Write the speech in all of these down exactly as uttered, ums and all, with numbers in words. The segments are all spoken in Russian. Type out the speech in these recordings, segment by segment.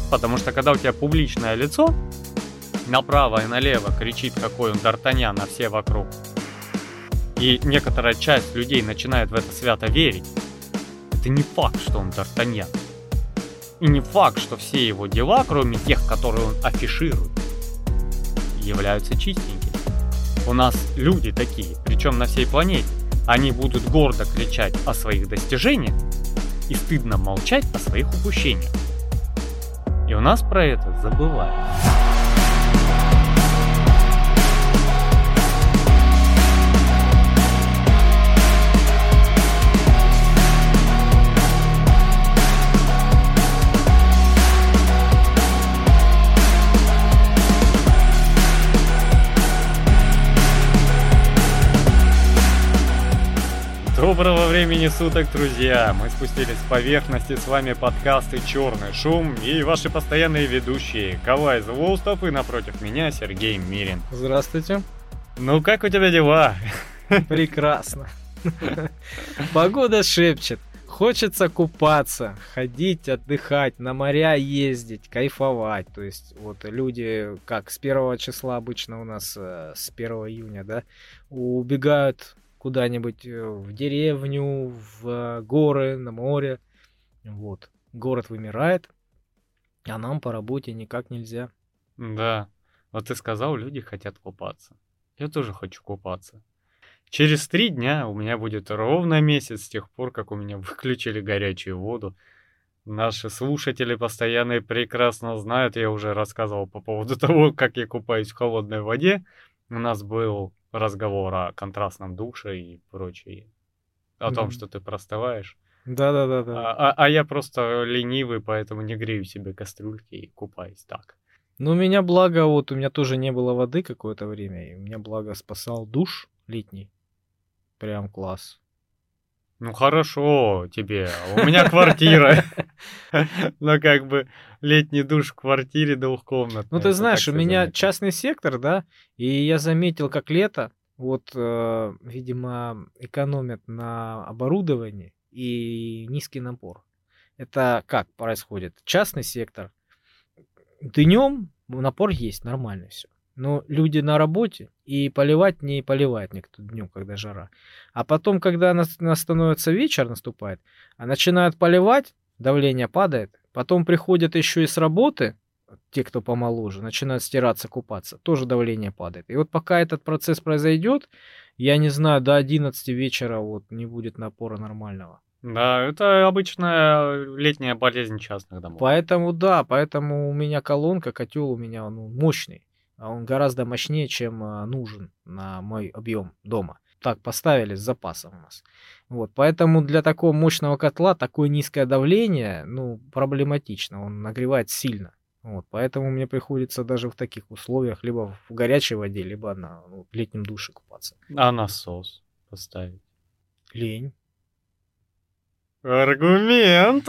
Потому что когда у тебя публичное лицо, направо и налево кричит, какой он Д'Артаньян, на все вокруг, и некоторая часть людей начинает в это свято верить, это не факт, что он Д'Артаньян. И не факт, что все его дела, кроме тех, которые он афиширует, являются чистенькими. У нас люди такие, причем на всей планете. Они будут гордо кричать о своих достижениях и стыдно молчать о своих упущениях. И у нас про это забывают. Доброго времени суток, друзья! Мы спустились с поверхности, с вами подкасты «Черный шум» и ваши постоянные ведущие Кавай Злоустов и напротив меня Сергей Мирин. Здравствуйте. Ну как у тебя дела? Прекрасно. Погода шепчет. Хочется купаться, ходить, отдыхать, на моря ездить, кайфовать. То есть вот люди, как с первого числа обычно у нас, с первого июня, да, убегают куда-нибудь в деревню, в горы, на море. Вот. Город вымирает, а нам по работе никак нельзя. Да. Вот ты сказал, люди хотят купаться. Я тоже хочу купаться. Через три дня у меня будет ровно месяц с тех пор, как у меня выключили горячую воду. Наши слушатели постоянные прекрасно знают, я уже рассказывал по поводу того, как я купаюсь в холодной воде. У нас был разговор о контрастном душе и прочее. О том, Мгм. что ты простываешь. Да-да-да-да. А, а- а я просто ленивый, поэтому не грею себе кастрюльки и купаюсь так. Ну, у меня благо, вот у меня тоже не было воды какое-то время, и у меня благо спасал душ летний. Прям класс. Ну хорошо тебе, у меня квартира. Но как бы летний душ в квартире двухкомнатной. Ну, ты это знаешь, так у себе меня заметно. частный сектор, да, и я заметил, как лето, вот, э, видимо, экономят на оборудовании и низкий напор. Это как происходит? Частный сектор. Днем напор есть, нормально все. Но люди на работе, и поливать не поливает никто днем, когда жара. А потом, когда нас, нас становится вечер, наступает, а начинают поливать, давление падает. Потом приходят еще и с работы, те, кто помоложе, начинают стираться, купаться, тоже давление падает. И вот пока этот процесс произойдет, я не знаю, до одиннадцати вечера вот не будет напора нормального. Да, это обычная летняя болезнь частных домов. Поэтому да, поэтому у меня колонка, котел у меня ну, мощный. А он гораздо мощнее, чем а, нужен на мой объем дома. Так поставили с запасом у нас. Вот, поэтому для такого мощного котла такое низкое давление, ну, проблематично. Он нагревает сильно. Вот, поэтому мне приходится даже в таких условиях либо в горячей воде, либо на ну, летнем душе купаться. А насос поставить? Лень. Аргумент!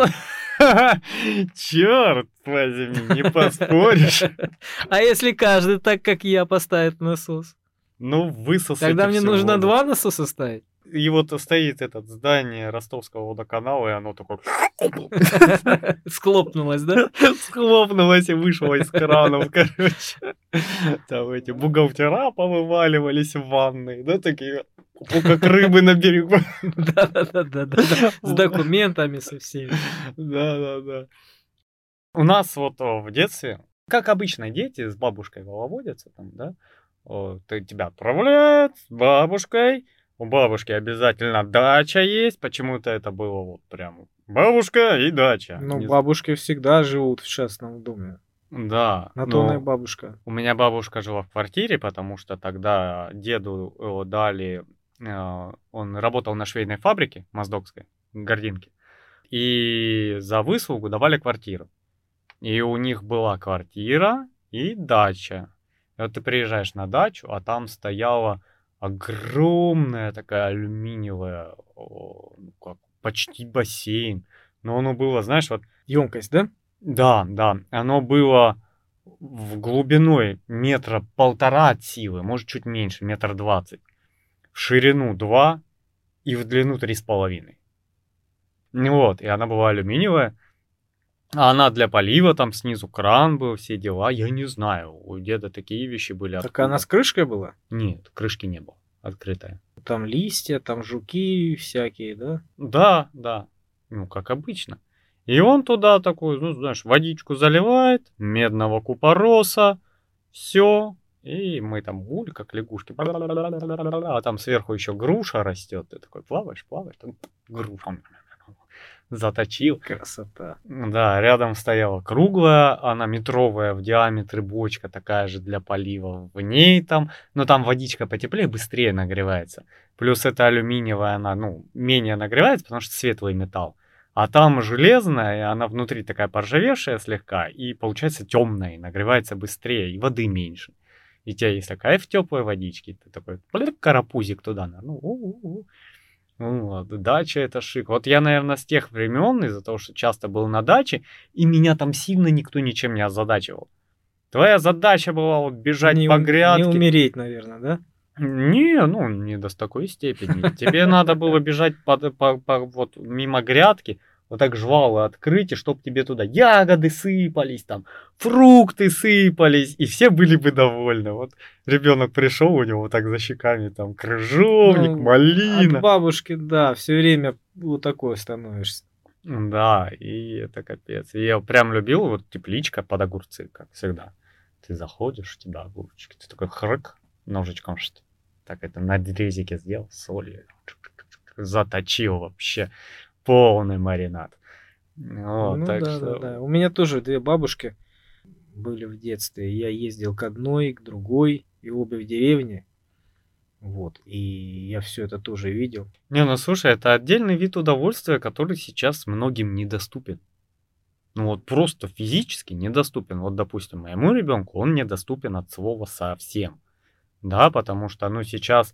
Черт возьми, не поспоришь. А если каждый так, как я, поставит насос? Ну, высосать. Тогда мне нужно два насоса ставить. И вот стоит это здание Ростовского водоканала, и оно такое Схлопнулось, да? схлопнулось и вышло из кранов, короче. Там эти бухгалтера повываливались в ванной, да, такие, ну, как рыбы на берегу. Да-да-да-да. С документами, со всеми. Да-да-да. У нас вот о, в детстве, как обычно, дети с бабушкой воловодятся там, да, о, ты тебя отправляют с бабушкой, у бабушки обязательно дача есть, почему-то это было вот прям бабушка и дача. Ну, Не з- бабушки всегда живут в частном доме. Да, На то она и но бабушка. у меня бабушка жила в квартире, потому что тогда деду э, дали, э, он работал на швейной фабрике моздокской, Гординке, и за выслугу давали квартиру. И у них была квартира и дача. И вот ты приезжаешь на дачу, а там стояла огромная такая алюминиевая, о, ну как, почти бассейн. Но оно было, знаешь, вот, Емкость, да? да, да, оно было в глубиной метра полтора от силы, может чуть меньше, метр двадцать. В ширину два и в длину три с половиной. Ну вот, и она была алюминиевая. А она для полива, там снизу кран был, все дела. Я не знаю, у деда такие вещи были. Так Откуда? она с крышкой была? Нет, крышки не было, открытая. Там листья, там жуки всякие, да? Да, да, ну, как обычно. И он туда такой, ну, знаешь, водичку заливает, медного купороса, все. И мы там гули, как лягушки. А там сверху еще груша растет. Ты такой плаваешь, плаваешь, там груша. Заточил. Красота. Да, рядом стояла круглая, она метровая в диаметре бочка, такая же для полива. В ней там, но там водичка потеплее, быстрее нагревается. Плюс это алюминиевая, она, ну, менее нагревается, потому что светлый металл. А там железная, и она внутри такая поржавевшая слегка, и получается темная, и нагревается быстрее, и воды меньше. И у тебя есть такая в теплой водичке, ты такой карапузик туда, ну, у-у-у. Ну, вот, дача это шик. Вот я, наверное, с тех времен, из-за того, что часто был на даче, и меня там сильно никто ничем не озадачивал. Твоя задача была вот бежать не, по ум- грядке. Не умереть, наверное, да? Не, ну, не до такой степени. Тебе надо было бежать по, по- по- вот, мимо грядки, вот так жвалы открыть, и чтоб тебе туда ягоды сыпались, там, фрукты сыпались, и все были бы довольны. Вот ребенок пришел, у него вот так за щеками там крыжовник, Ну, малина. От бабушки, да, все время вот такой становишься. Да, и это капец. И я прям любил вот тепличка под огурцы, как всегда. Ты заходишь, у тебя огурчики, ты такой хрык ножичком, что так это на дрезике сделал, солью, заточил вообще полный маринад. Вот, Ну так да, что... да, да. У меня тоже две бабушки были в детстве. Я ездил к одной, к другой, и обе в деревне. Вот. И я все это тоже видел. Не, ну слушай, это отдельный вид удовольствия, который сейчас многим недоступен. Ну вот просто физически недоступен. Вот, допустим, моему ребенку он недоступен от слова совсем. Да, потому что, ну, сейчас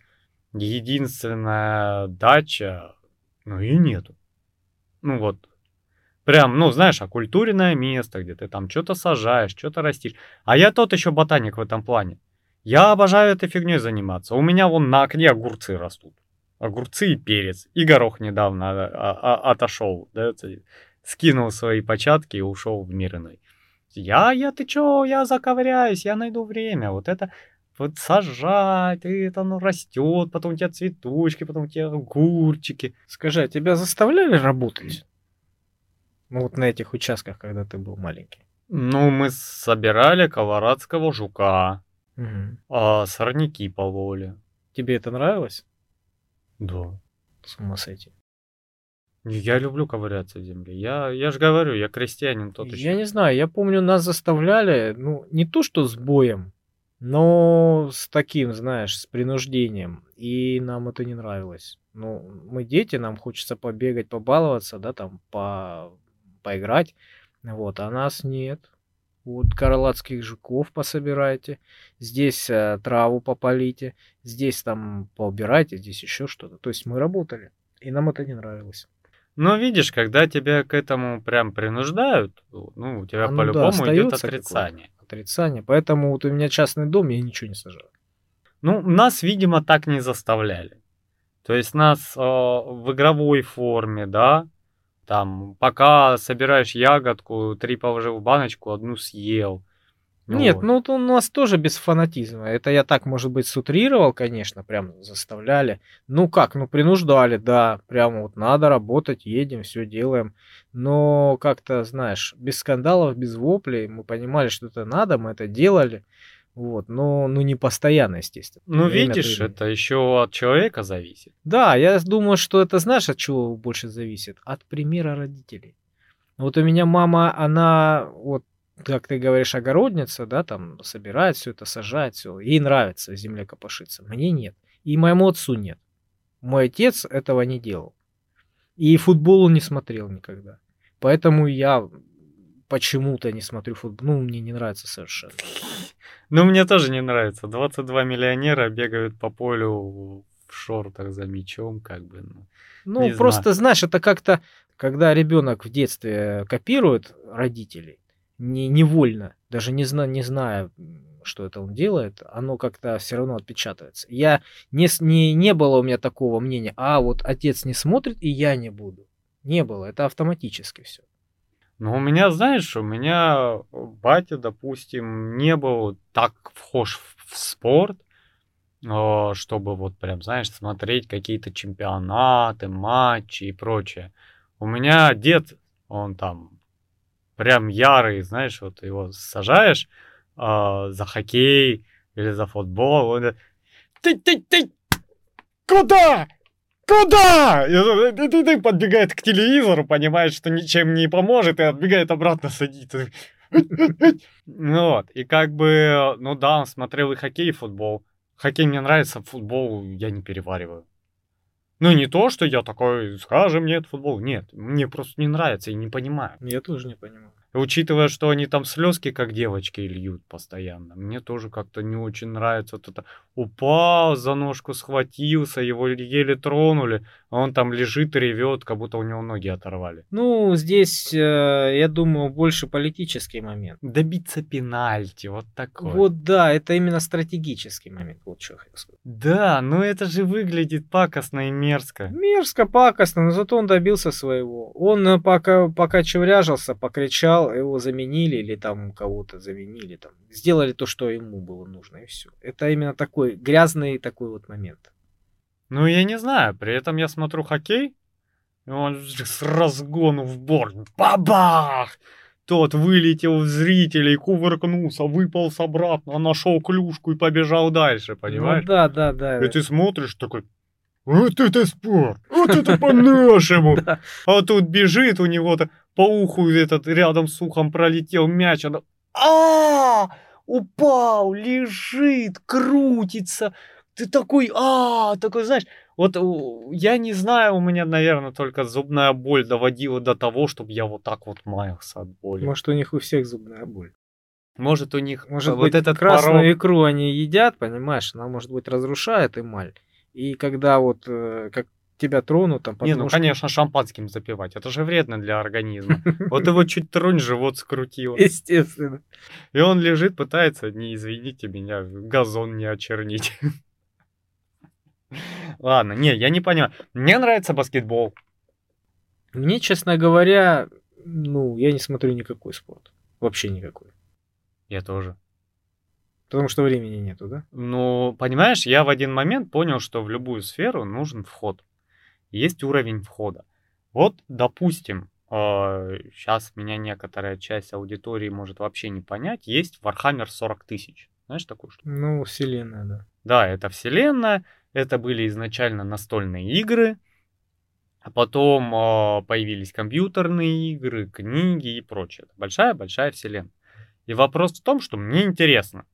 единственная дача, ну, и нету. Ну, вот, прям, ну, знаешь, окультуренное место, где ты там что-то сажаешь, что-то растишь. А я тот еще ботаник в этом плане. Я обожаю этой фигней заниматься. У меня вон на окне огурцы растут. Огурцы и перец. И горох недавно а- а- отошел, да, это, скинул свои початки и ушел в мир иной. Я, я, ты чё, я заковыряюсь, я найду время. Вот это вот сажать, и это оно растет, потом у тебя цветочки, потом у тебя огурчики. Скажи, а тебя заставляли работать? Ну вот на этих участках, когда ты был маленький. Ну, мы собирали колорадского жука, Мгм. а сорняки пололи. Тебе это нравилось? Да. С ума сойти. Я люблю ковыряться в земле. Я, я же говорю, я крестьянин тот Я еще. не знаю, я помню, нас заставляли, ну, не то что с боем, но с таким, знаешь, с принуждением. И нам это не нравилось. Ну, мы дети, нам хочется побегать, побаловаться, да, там, по... поиграть. Вот, а нас нет. Вот крылатских жуков пособирайте, здесь э, траву попалите, здесь там поубирайте, здесь еще что-то. То есть мы работали, и нам это не нравилось. Но видишь, когда тебя к этому прям принуждают, ну, у тебя Оно, да, по-любому идет остается какое-то отрицание. отрицание. Поэтому вот у меня частный дом, я ничего не сажаю. Ну, нас, видимо, так не заставляли. То есть нас э, в игровой форме, да, там, пока собираешь ягодку, три положил в баночку, одну съел. Нет, Вот. ну вот у нас тоже без фанатизма. Это я так, может быть, сутрировал, конечно, прям заставляли. Ну как, ну принуждали, да, прямо вот надо работать, едем, все делаем. Но как-то, знаешь, без скандалов, без воплей, мы понимали, что это надо, мы это делали. Вот, но ну не постоянно, естественно. Ну, Время от видишь, времени. это еще от человека зависит. Да, я думаю, что это, знаешь, от чего больше зависит? От примера родителей. Вот у меня мама, она, вот, как ты говоришь, огородница, да, там, собирает все это, сажает все. Ей нравится в земле копошиться. Мне нет. И моему отцу нет. Мой отец этого не делал. И футбол он не смотрел никогда. Поэтому я почему-то не смотрю футбол. Ну, мне не нравится совершенно. Ну, мне тоже не нравится. двадцать два миллионера бегают по полю в шортах за мячом, как бы, ну, Ну, не просто, знаю. знаешь, это как-то, когда ребенок в детстве копирует родителей, не, невольно, даже не, зна, не зная, м, что это он делает, оно как-то все равно отпечатывается. Я не, с- не, не было у меня такого мнения, а вот отец не смотрит, и я не буду. Не было, это автоматически все. Ну, у меня, знаешь, у меня батя, допустим, не был так вхож в в спорт, а, чтобы вот прям, знаешь, смотреть какие-то чемпионаты, матчи и прочее. У меня дед, он там прям ярый, знаешь, вот его сажаешь а, за хоккей или за футбол, он говорит, ты, ты, ты, куда? Куда? И он, ты, ты, ты, подбегает к телевизору, понимает, что ничем не поможет, и отбегает обратно садится. Ну вот, и как бы, ну да, он смотрел и хоккей, и футбол. Хоккей мне нравится, футбол я не перевариваю. Ну, не то, что я такой, скажем, нет, футбол. Нет, мне просто не нравится и не понимаю. Я тоже не понимаю. Учитывая, что они там слезки, как девочки, льют постоянно, мне тоже как-то не очень нравится. Вот это упал, за ножку схватился, его еле тронули, а он там лежит и ревет, как будто у него ноги оторвали. Ну, здесь, э, я думаю, больше политический момент. Добиться пенальти, вот такой. Вот да, это именно стратегический момент, вот что я хотел сказать. Да, но это же выглядит пакостно и мерзко. Мерзко, пакостно, но зато он добился своего. Он э, пока, пока чевряжился, покричал, его заменили или там кого-то заменили, там, сделали то, что ему было нужно, и все. Это именно такой грязный такой вот момент. Ну, я не знаю, при этом я смотрю хоккей, и он с разгону в борт, бабах! Тот вылетел в зрителей, кувыркнулся, выполз обратно, нашел клюшку и побежал дальше, понимаешь? Ну да, да, да. И ты смотришь такой, вот это спорт, вот это по-нашему. А тут бежит у него-то по уху этот рядом с ухом пролетел мяч, она, а упал, лежит, крутится. Ты такой, а такой, знаешь, вот у- я не знаю, у меня, наверное, только зубная боль доводила до того, чтобы я вот так вот маялся от боли. Может, у них у всех зубная боль. Может, у них Может вот быть, этот красную порог. икру они едят, понимаешь, она, может быть, разрушает эмаль. И когда вот э, как тебя тронут, там, Не, ну, подножку- конечно, шампанским запивать. Это же вредно для организма. Вот его чуть тронь, живот скрутило. Естественно. И он лежит, пытается, не извините меня, газон не очернить. Ладно, не, я не понимаю. Мне нравится баскетбол. Мне, честно говоря, ну, я не смотрю никакой спорт. Вообще никакой. Я тоже. Потому что времени нету, да? Ну, понимаешь, я в один момент понял, что в любую сферу нужен вход. Есть уровень входа. Вот, допустим, сейчас меня некоторая часть аудитории может вообще не понять, есть Warhammer сорок тысяч. Знаешь такую штуку? Ну, вселенная, да. Да, это вселенная, это были изначально настольные игры, а потом э, появились компьютерные игры, книги и прочее. Это большая-большая вселенная. И вопрос в том, что мне интересно.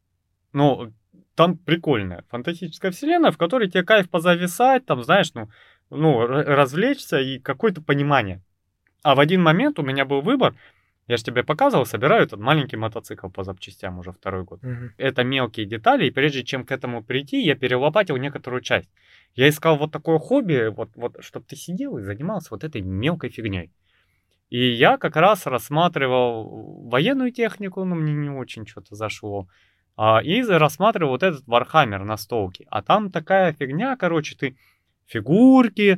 Ну, там прикольная фантастическая вселенная, в которой тебе кайф позависать, там, знаешь, ну, ну р- развлечься и какое-то понимание. А в один момент у меня был выбор. Я же тебе показывал, собираю этот маленький мотоцикл по запчастям уже второй год. Мгм. Это мелкие детали, и прежде чем к этому прийти, я перелопатил некоторую часть. Я искал вот такое хобби, вот, вот, чтобы ты сидел и занимался вот этой мелкой фигней. И я как раз рассматривал военную технику, но мне не очень что-то зашло. А, и за- рассматривал вот этот Warhammer настолки. А там такая фигня, короче, ты фигурки,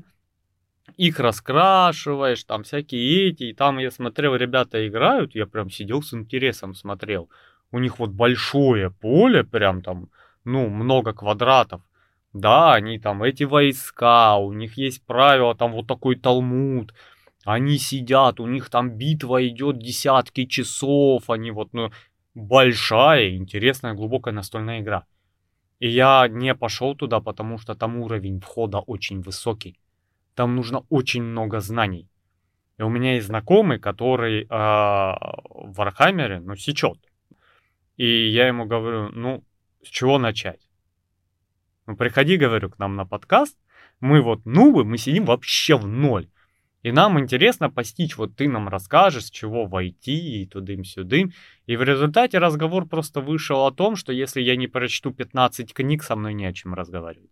их раскрашиваешь, там всякие эти. И там я смотрел, ребята играют, я прям сидел с интересом смотрел. У них вот большое поле, прям там, ну, много квадратов. Да, они там, эти войска, у них есть правила, там вот такой талмуд. Они сидят, у них там битва идет десятки часов, они вот, ну, большая, интересная, глубокая настольная игра. И я не пошел туда, потому что там уровень входа очень высокий. Там нужно очень много знаний. И у меня есть знакомый, который э, в Вархаммере, ну, сечет. И я ему говорю, ну, с чего начать? Ну, приходи, говорю, к нам на подкаст. Мы вот нубы, мы сидим вообще в ноль. И нам интересно постичь, вот ты нам расскажешь, с чего войти и тудым-сюдым. И в результате разговор просто вышел о том, что если я не прочту пятнадцать книг, со мной не о чем разговаривать.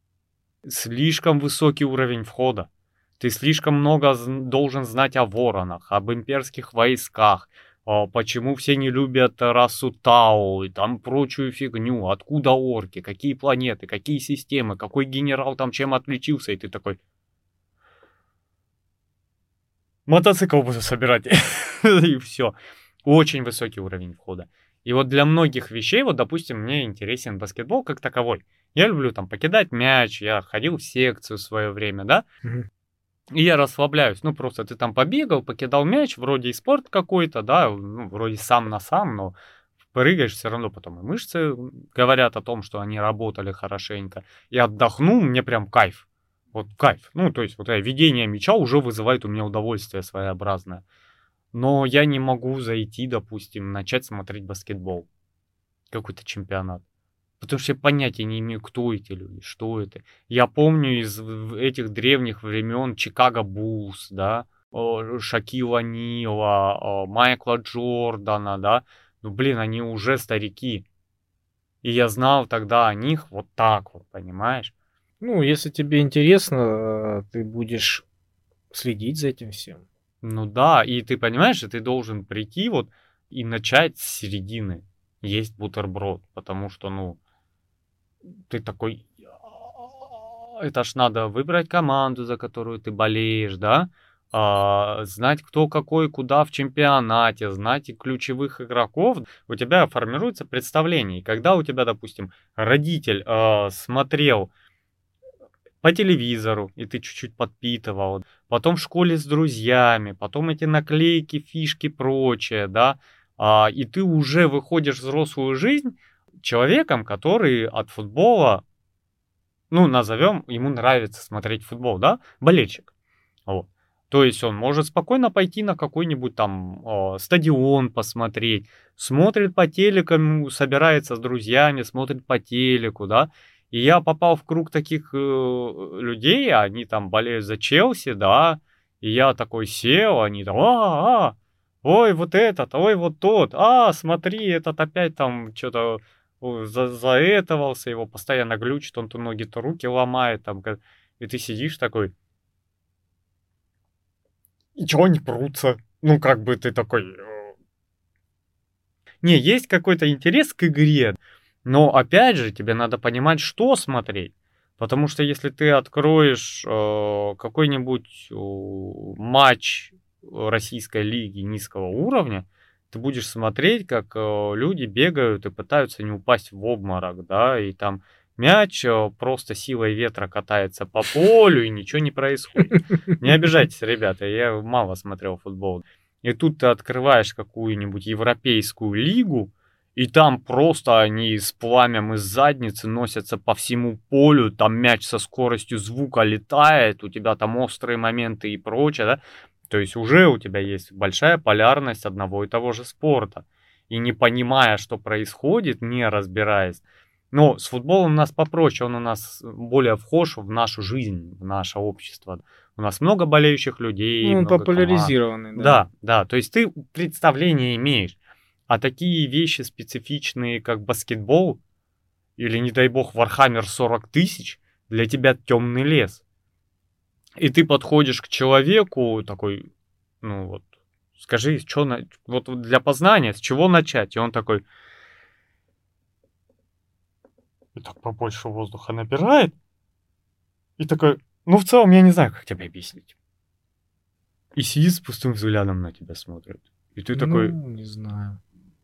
Слишком высокий уровень входа. Ты слишком много з- должен знать о воронах, об имперских войсках, а, почему все не любят расу Тау и там прочую фигню, откуда орки, какие планеты, какие системы, какой генерал там чем отличился, и ты такой... мотоцикл буду собирать. И все. Очень высокий уровень входа. И вот для многих вещей, вот, допустим, мне интересен баскетбол как таковой. Я люблю там покидать мяч, я ходил в секцию в свое время, да? Мгм. И я расслабляюсь. Ну, просто ты там побегал, покидал мяч, вроде и спорт какой-то, да, ну, вроде сам на сам, но прыгаешь, все равно потом и мышцы говорят о том, что они работали хорошенько. И отдохнул, мне прям кайф. Вот кайф. Ну, то есть вот это ведение мяча уже вызывает у меня удовольствие своеобразное. Но я не могу зайти, допустим, начать смотреть баскетбол. Какой-то чемпионат. Потому что я понятия не имею, кто эти люди, что это. Я помню из в- этих древних времен Чикаго Буллс, да, о, Шакила Нила, о, Майкла Джордана, да. Ну, блин, они уже старики. И я знал тогда о них вот так вот, понимаешь? Ну, если тебе интересно, э, ты будешь следить за этим всем. Ну да, и ты понимаешь, и ты должен прийти вот и начать с середины есть бутерброд, потому что, ну, ты такой, «А, это ж надо выбрать команду, за которую ты болеешь, да, а, знать, кто какой, куда в чемпионате, знать и ключевых игроков, у тебя формируется представление. И когда у тебя, допустим, родитель а, смотрел по телевизору, и ты чуть-чуть подпитывал, потом в школе с друзьями, потом эти наклейки, фишки, прочее, да, а, и ты уже выходишь в взрослую жизнь человеком, который от футбола, ну, назовем, ему нравится смотреть футбол, да, болельщик. Вот. То есть он может спокойно пойти на какой-нибудь там э, стадион посмотреть, смотрит по телеку, собирается с друзьями, смотрит по телеку, да. И я попал в круг таких э, людей, они там болеют за Челси, да, и я такой сел, они там, а, а, ой, вот этот, ой, вот тот, а, смотри, этот опять там что-то за заэтовался, его постоянно глючит, он то ноги, то руки ломает, там, ка- и ты сидишь такой, и чего они прутся? Ну, как бы ты такой... э, Не, есть какой-то интерес к игре, но, опять же, тебе надо понимать, что смотреть. Потому что если ты откроешь э, какой-нибудь э, матч российской лиги низкого уровня, ты будешь смотреть, как э, люди бегают и пытаются не упасть в обморок, да, и там мяч э, просто силой ветра катается по полю, и ничего не происходит. Не обижайтесь, ребята, я мало смотрел футбол. И тут ты открываешь какую-нибудь европейскую лигу, и там просто они с пламям из задницы носятся по всему полю, там мяч со скоростью звука летает, у тебя там острые моменты и прочее, да? То есть уже у тебя есть большая полярность одного и того же спорта. И не понимая, что происходит, не разбираясь. Но с футболом у нас попроще, он у нас более вхож в нашу жизнь, в наше общество. У нас много болеющих людей, Ну, он много команд. популяризированный, да. Да, да, то есть ты представление имеешь. А такие вещи специфичные, как баскетбол, или, не дай бог, Warhammer сорок тысяч, для тебя темный лес. И ты подходишь к человеку такой, ну вот, скажи, что на... вот для познания, с чего начать? И он такой, и так побольше воздуха набирает, и такой, ну в целом я не знаю, как тебе объяснить. И сидит с пустым взглядом на тебя смотрит. И ты такой, Ну, не знаю.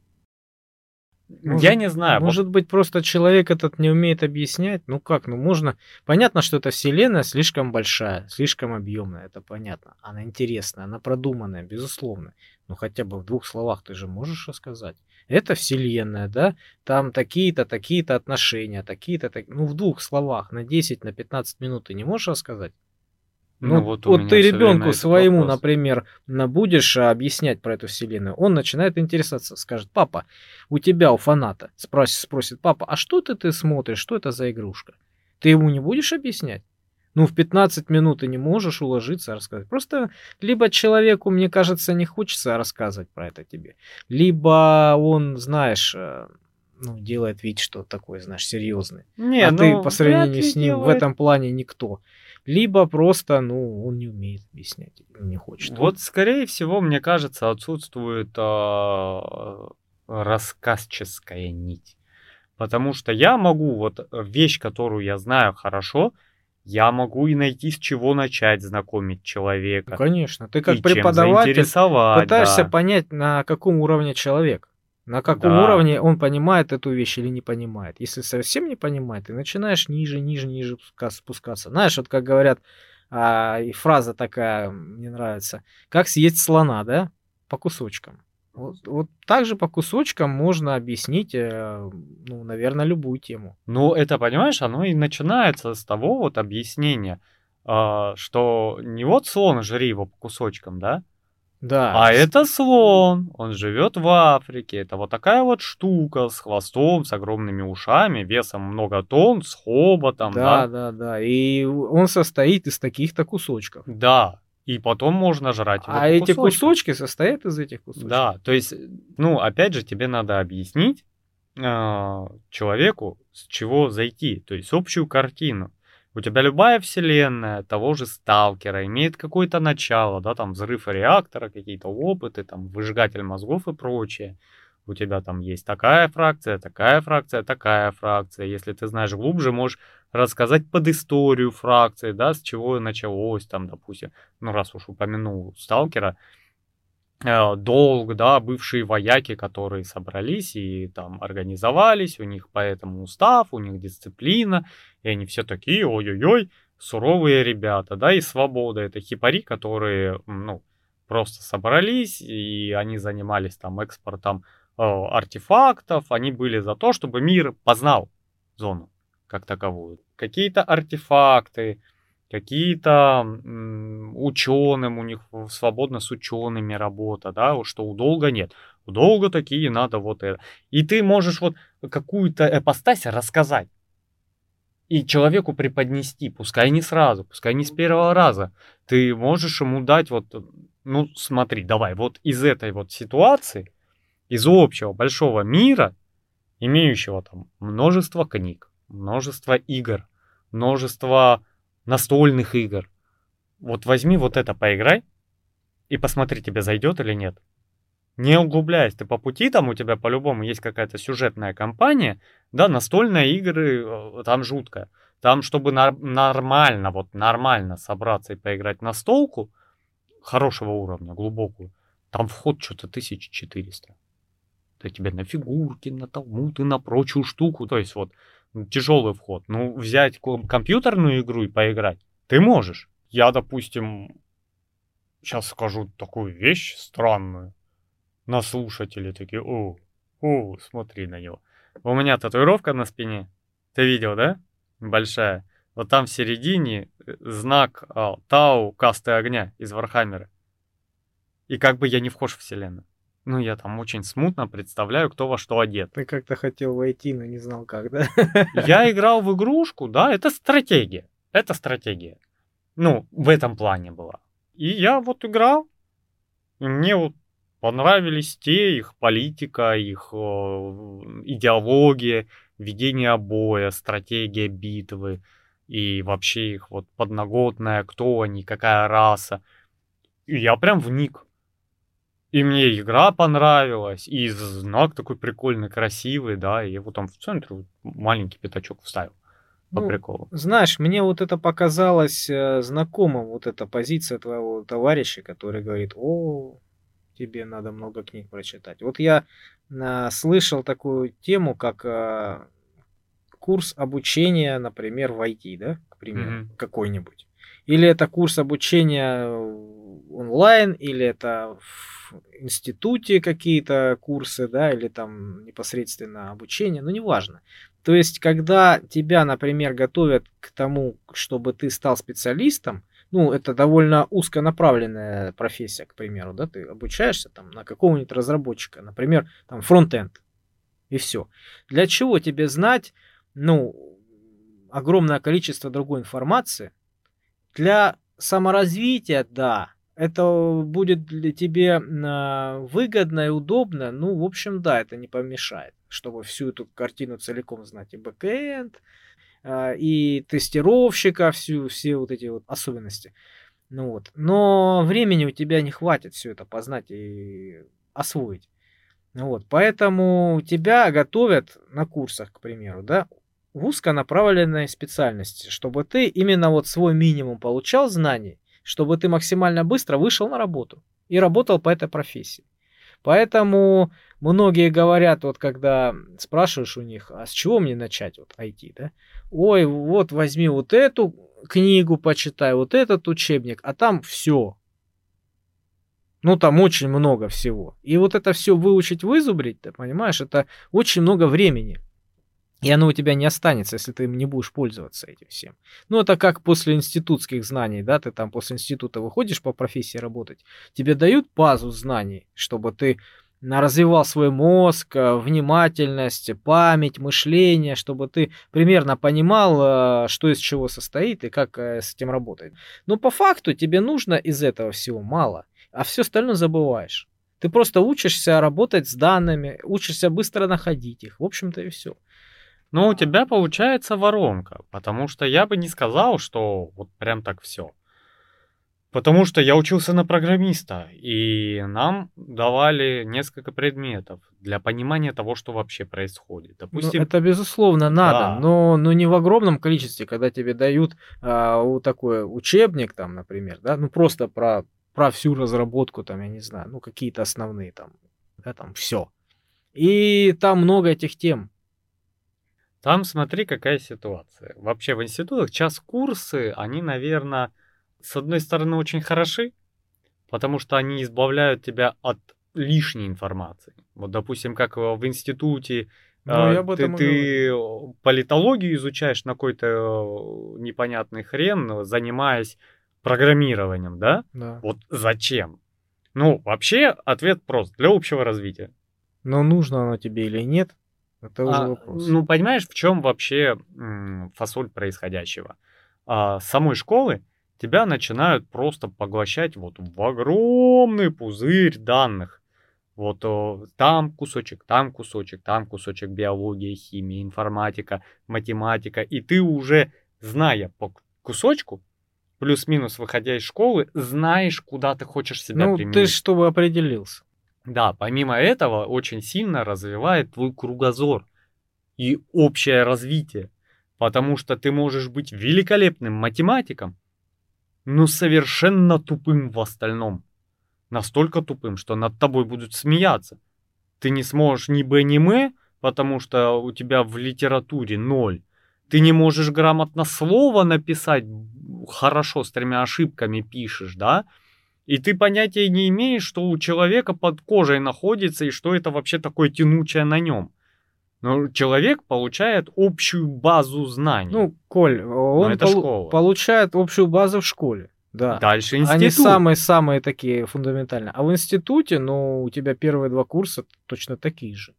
я Может, не знаю, вот может быть, просто человек этот не умеет объяснять. Ну как, ну можно... Понятно, что эта вселенная слишком большая, слишком объемная, это понятно. Она интересная, она продуманная, безусловно. Но хотя бы в двух словах ты же можешь рассказать. Это вселенная, да? Там такие-то, такие-то отношения, такие-то... Так... Ну в двух словах, на десять, на пятнадцать минут ты не можешь рассказать? ну Ну, вот у вот меня ты все время ребенку этот своему, вопрос. например, на- будешь а, объяснять про эту вселенную, он начинает интересоваться, скажет, папа, у тебя, у фаната, спросит, спросит, папа, а что ты, ты смотришь, что это за игрушка? Ты ему не будешь объяснять? Ну, в пятнадцать минут ты не можешь уложиться рассказать. Просто либо человеку, мне кажется, не хочется рассказывать про это тебе, либо он, знаешь, э, ну, делает вид, что такой, знаешь, серьезный. Не, А ты по ну вряд сравнению ли с ним в делает. этом плане никто. Либо просто, ну, он не умеет объяснять, не хочет. Вот. Вот, скорее всего, мне кажется, отсутствует а, рассказческая нить. Потому что я могу, вот э, вещь, которую я знаю хорошо, Я могу и найти, с чего начать знакомить Ну, человека. конечно. Ты И как чем преподаватель заинтересовать, пытаешься да. понять, на каком уровне человек. На каком Да. уровне он понимает эту вещь или не понимает. Если совсем не понимает, ты начинаешь ниже, ниже, ниже спуска- спускаться. Знаешь, вот как говорят, а, и фраза такая мне нравится. Как съесть слона, да? По кусочкам. Вот, вот так же по кусочкам можно объяснить, э, ну, наверное, любую тему. Ну, это, понимаешь, оно и начинается с того вот объяснения, а, что не вот слон, жри его по кусочкам, да, Да, а с- это слон, он живет в Африке, это вот такая вот штука с хвостом, с огромными ушами, весом много тонн, с хоботом, да, да, да, да. И он состоит из таких-то кусочков. да, и потом можно жрать его А по эти кусочкам. кусочки состоят из этих кусочков. Да, то есть, э, ну, опять же, тебе надо объяснить а, человеку, с чего зайти, то есть общую картину. У тебя любая вселенная того же сталкера имеет какое-то начало, да, там взрыв реактора, какие-то опыты, там выжигатель мозгов и прочее. У тебя там есть такая фракция, такая фракция, такая фракция. Если ты знаешь глубже, можешь рассказать под историю фракции, да, с чего началось, там, допустим, ну, раз уж упомянул сталкера, э, долг, да, бывшие вояки, которые собрались и там организовались, у них поэтому устав, у них дисциплина, и они все такие, ой-ой-ой, суровые ребята, да, и свобода, это хипари, которые, м, ну, просто собрались, и они занимались там экспортом э, артефактов, они были за то, чтобы мир познал зону как таковую. Какие-то артефакты, какие-то м, ученым, у них в- свободно с учеными работа, да, вот что у долга нет. У долга такие надо вот это. И ты можешь вот какую-то эпостась рассказать и человеку преподнести, пускай не сразу, пускай не с первого раза. Ты можешь ему дать вот, э, ну смотри, давай, вот из этой вот ситуации, из общего большого мира, имеющего там множество книг, множество игр, множество настольных игр, вот возьми вот это, поиграй и посмотри, тебе зайдет или нет. Не углубляясь, ты по пути, там у тебя по-любому есть какая-то сюжетная кампания, да, настольные игры, э, там жутко. Там, чтобы нар- нормально, вот нормально собраться и поиграть на столку, хорошего уровня, глубокую, там вход что-то тысяча четыреста. Это тебе на фигурки, на талмуд и на прочую штуку. То есть вот тяжелый вход. Ну, взять ком- компьютерную игру и поиграть ты можешь. Я, допустим, сейчас скажу такую вещь странную. На слушатели такие, о, о, смотри на него. У меня татуировка на спине. Ты видел, да? Большая. Вот там в середине э, знак а, Тау касты огня из Вархаммера. И как бы я не вхож в вселенную. Ну, я там очень смутно представляю, кто во что одет. Ты как-то хотел войти, но не знал как, да? Я играл в игрушку, да, это стратегия. Это стратегия. Ну, в этом плане была. И я вот играл, и мне вот понравились те, их политика, их э, идеология, ведение боя, стратегия битвы и вообще их вот подноготная, кто они, какая раса. И я прям вник. И мне игра понравилась, и знак такой прикольный, красивый, да, и я его там в центре вот маленький пятачок вставил по Ну, приколу. знаешь, мне вот это показалось э, знакомым, вот эта позиция твоего товарища, который говорит, о, тебе надо много книг прочитать. Вот я а, слышал такую тему, как а, курс обучения, например, в ай ти, да, к примеру, Мгм. какой-нибудь. Или это курс обучения э, онлайн, или это в институте какие-то курсы, да, или там непосредственно обучение, ну, неважно. То есть, когда тебя, например, готовят к тому, чтобы ты стал специалистом, ну, это довольно узконаправленная профессия, к примеру, да, ты обучаешься там на какого-нибудь разработчика, например, там фронт-энд, и все. Для чего тебе знать, ну, огромное количество другой информации? Для саморазвития, да, это будет для тебе а, выгодно и удобно. Ну, в общем, да, это не помешает, чтобы всю эту картину целиком знать. И бэкэнд, а, и тестировщика, всю, все вот эти вот особенности. Ну вот. Но времени у тебя не хватит все это познать и освоить. Ну вот. Поэтому тебя готовят на курсах, к примеру, да, узконаправленной специальности, чтобы ты именно вот свой минимум получал знаний, чтобы ты максимально быстро вышел на работу и работал по этой профессии. Поэтому многие говорят, вот когда спрашиваешь у них, а с чего мне начать вот ай ти, да? Ой, вот возьми вот эту книгу, почитай, вот этот учебник, а там все. Ну, там очень много всего. И вот это все выучить, вызубрить, ты понимаешь, это очень много времени. И оно у тебя не останется, если ты им не будешь пользоваться этим всем. Ну, это как после институтских знаний, да, ты там после института выходишь по профессии работать, тебе дают базу знаний, чтобы ты развивал свой мозг, внимательность, память, мышление, чтобы ты примерно понимал, что из чего состоит и как с этим работать. Но по факту тебе нужно из этого всего мало, а все остальное забываешь. Ты просто учишься работать с данными, учишься быстро находить их, в общем-то и все. Но у тебя получается воронка, потому что я бы не сказал, что вот прям так все. Потому что я учился на программиста, и нам давали несколько предметов для понимания того, что вообще происходит. Допустим, ну, это безусловно надо, да. но, но не в огромном количестве, когда тебе дают а, вот такой учебник, там, например, да, ну просто про, про всю разработку, там, я не знаю, ну какие-то основные там, да, там все. И там много этих тем. Там смотри, какая ситуация. Вообще в институтах час курсы, они, наверное, с одной стороны очень хороши, потому что они избавляют тебя от лишней информации. Вот, допустим, как в институте Ну, э, я об ты, этом и ты говорю. политологию изучаешь на какой-то э, непонятный хрен, занимаясь программированием, да? Да. Вот зачем? Ну, вообще, ответ прост. Для общего развития. Но нужно оно тебе или нет, это уже А, вопрос. ну, понимаешь, в чем вообще м, фасоль происходящего? А, с самой школы тебя начинают просто поглощать вот в огромный пузырь данных. Вот о, там кусочек, там кусочек, там кусочек биология, химия, информатика, математика. И ты уже, зная по кусочку, плюс-минус выходя из школы, знаешь, куда ты хочешь себя Ну, ты применить. чтобы определился. Да, помимо этого, очень сильно развивает твой кругозор и общее развитие. Потому что ты можешь быть великолепным математиком, но совершенно тупым в остальном. Настолько тупым, что над тобой будут смеяться. Ты не сможешь ни Б, ни М, потому что у тебя в литературе ноль. Ты не можешь грамотно слово написать, хорошо, с тремя ошибками пишешь, да? И ты понятия не имеешь, что у человека под кожей находится и что это вообще такое тянучее на нем. Но человек получает общую базу знаний. Ну, Коль, Но он это полу- школа. получает общую базу в школе. Да. Дальше Они институт. самые-самые такие фундаментальные. А в институте, ну, у тебя первые два курса точно такие же.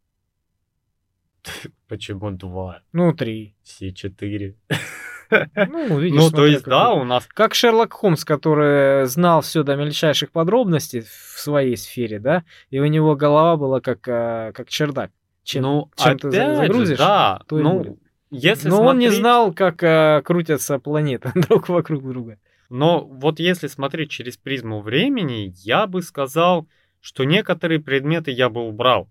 Почему два? Ну, три. Все четыре. Ну, видишь, Ну, то смотря есть, да, какой. у нас... Как Шерлок Холмс, который знал все до мельчайших подробностей в своей сфере, да, и у него голова была как, а, как чердак. Чем, Ну, чем ты за- опять же, загрузишь, да. то и будет. Ну, если Но он не смотреть... знал, как а, крутятся планеты друг вокруг друга. Но вот если смотреть через призму времени, я бы сказал, что некоторые предметы я бы убрал.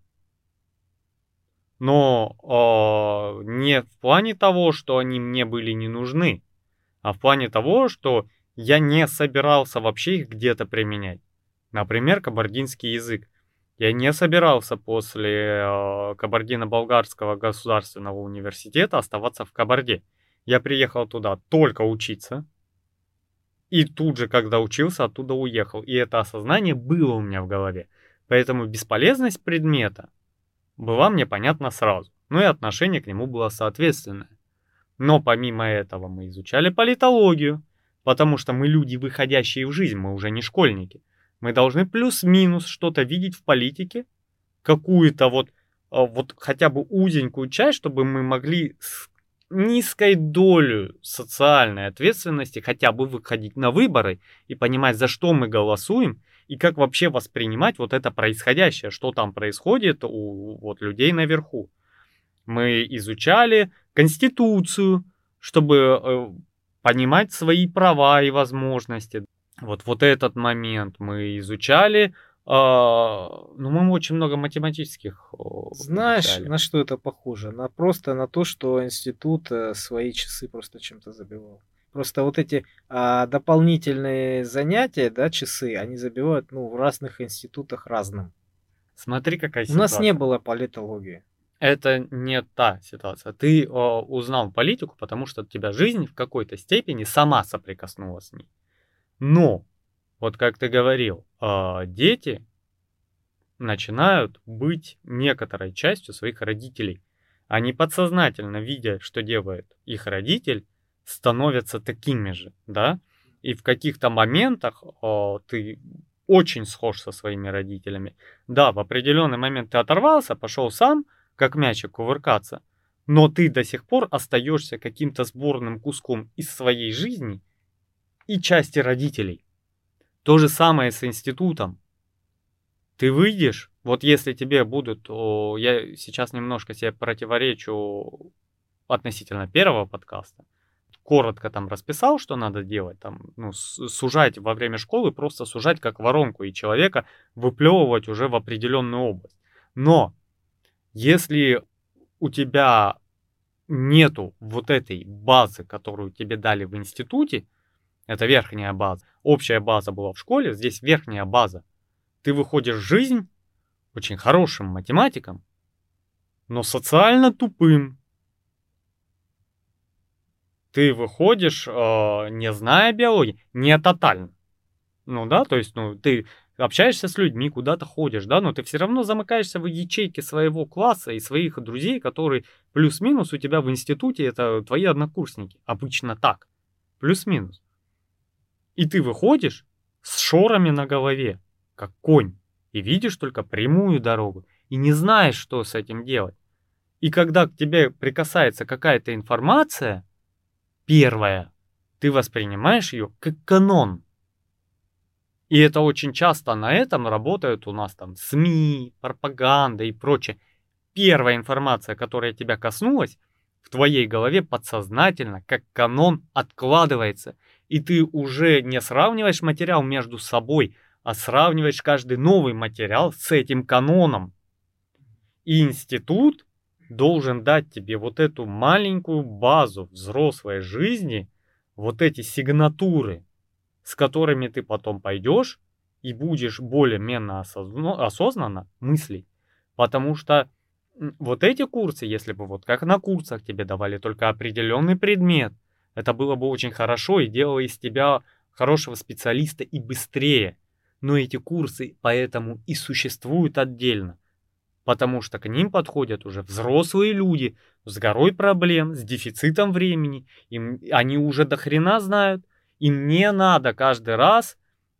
Но э, не в плане того, что они мне были не нужны, а в плане того, что я не собирался вообще их где-то применять. Например, кабардинский язык. Я не собирался после э, Кабардино-Балкарского государственного университета оставаться в Кабарде. Я приехал туда только учиться. И тут же, когда учился, оттуда уехал. И это осознание было у меня в голове. Поэтому бесполезность предмета была мне понятна сразу. Ну и отношение к нему было соответственное. Но помимо этого мы изучали политологию, потому что мы люди, выходящие в жизнь, мы уже не школьники. Мы должны плюс-минус что-то видеть в политике, какую-то вот, вот хотя бы узенькую часть, чтобы мы могли с низкой долей социальной ответственности хотя бы выходить на выборы и понимать, за что мы голосуем, и как вообще воспринимать вот это происходящее, что там происходит у вот людей наверху. Мы изучали Конституцию, чтобы э, понимать свои права и возможности. Вот, вот этот момент мы изучали А, ну, мы очень много математических о, Знаешь, изучали. на что это похоже? На просто на то, что институт э, свои часы просто чем-то забивал. Просто вот эти а, дополнительные занятия, да, часы, они забивают, ну, в разных институтах разным. Смотри, какая У нас не ситуация. было политологии. Это не та ситуация. Ты о, узнал политику, потому что у тебя жизнь в какой-то степени сама соприкоснулась с ней. Но, вот как ты говорил, а, дети начинают быть некоторой частью своих родителей. Они подсознательно, видя, что делает их родитель, становятся такими же, да? И в каких-то моментах о, ты очень схож со своими родителями. Да, в определенный момент ты оторвался, пошел сам, как мячик, кувыркаться, но ты до сих пор остаешься каким-то сборным куском из своей жизни и части родителей. То же самое с институтом. Ты выйдешь, вот если тебе будут, о, я сейчас немножко себе противоречу относительно первого подкаста, коротко там расписал, что надо делать, там, ну, с- сужать во время школы, просто сужать как воронку и человека выплевывать уже в определенную область. Но если у тебя нету вот этой базы, которую тебе дали в институте, это верхняя база, общая база была в школе, здесь верхняя база, ты выходишь в жизнь очень хорошим математиком, но социально тупым. Ты выходишь, э, не зная биологии, не тотально. Ну да, то есть, ну, ты общаешься с людьми, куда-то ходишь, да, но ты все равно замыкаешься в ячейке своего класса и своих друзей, которые плюс-минус у тебя в институте, это твои однокурсники. Обычно так. Плюс-минус. И ты выходишь с шорами на голове, как конь, и видишь только прямую дорогу, и не знаешь, что с этим делать. И когда к тебе прикасается какая-то информация, первая, ты воспринимаешь ее как канон. И это очень часто на этом работают у нас там СМИ, пропаганда и прочее. Первая информация, которая тебя коснулась, в твоей голове подсознательно, как канон, откладывается. И ты уже не сравниваешь материал между собой, а сравниваешь каждый новый материал с этим каноном. И институт должен дать тебе вот эту маленькую базу взрослой жизни, вот эти сигнатуры, с которыми ты потом пойдешь и будешь более-менее осозна- осознанно мыслить. Потому что м, вот эти курсы, если бы вот как на курсах тебе давали только определенный предмет, это было бы очень хорошо и делало из тебя хорошего специалиста и быстрее. Но эти курсы поэтому и существуют отдельно. Потому что к ним подходят уже взрослые люди с горой проблем, с дефицитом времени. Им, они уже до хрена знают. Им не надо каждый раз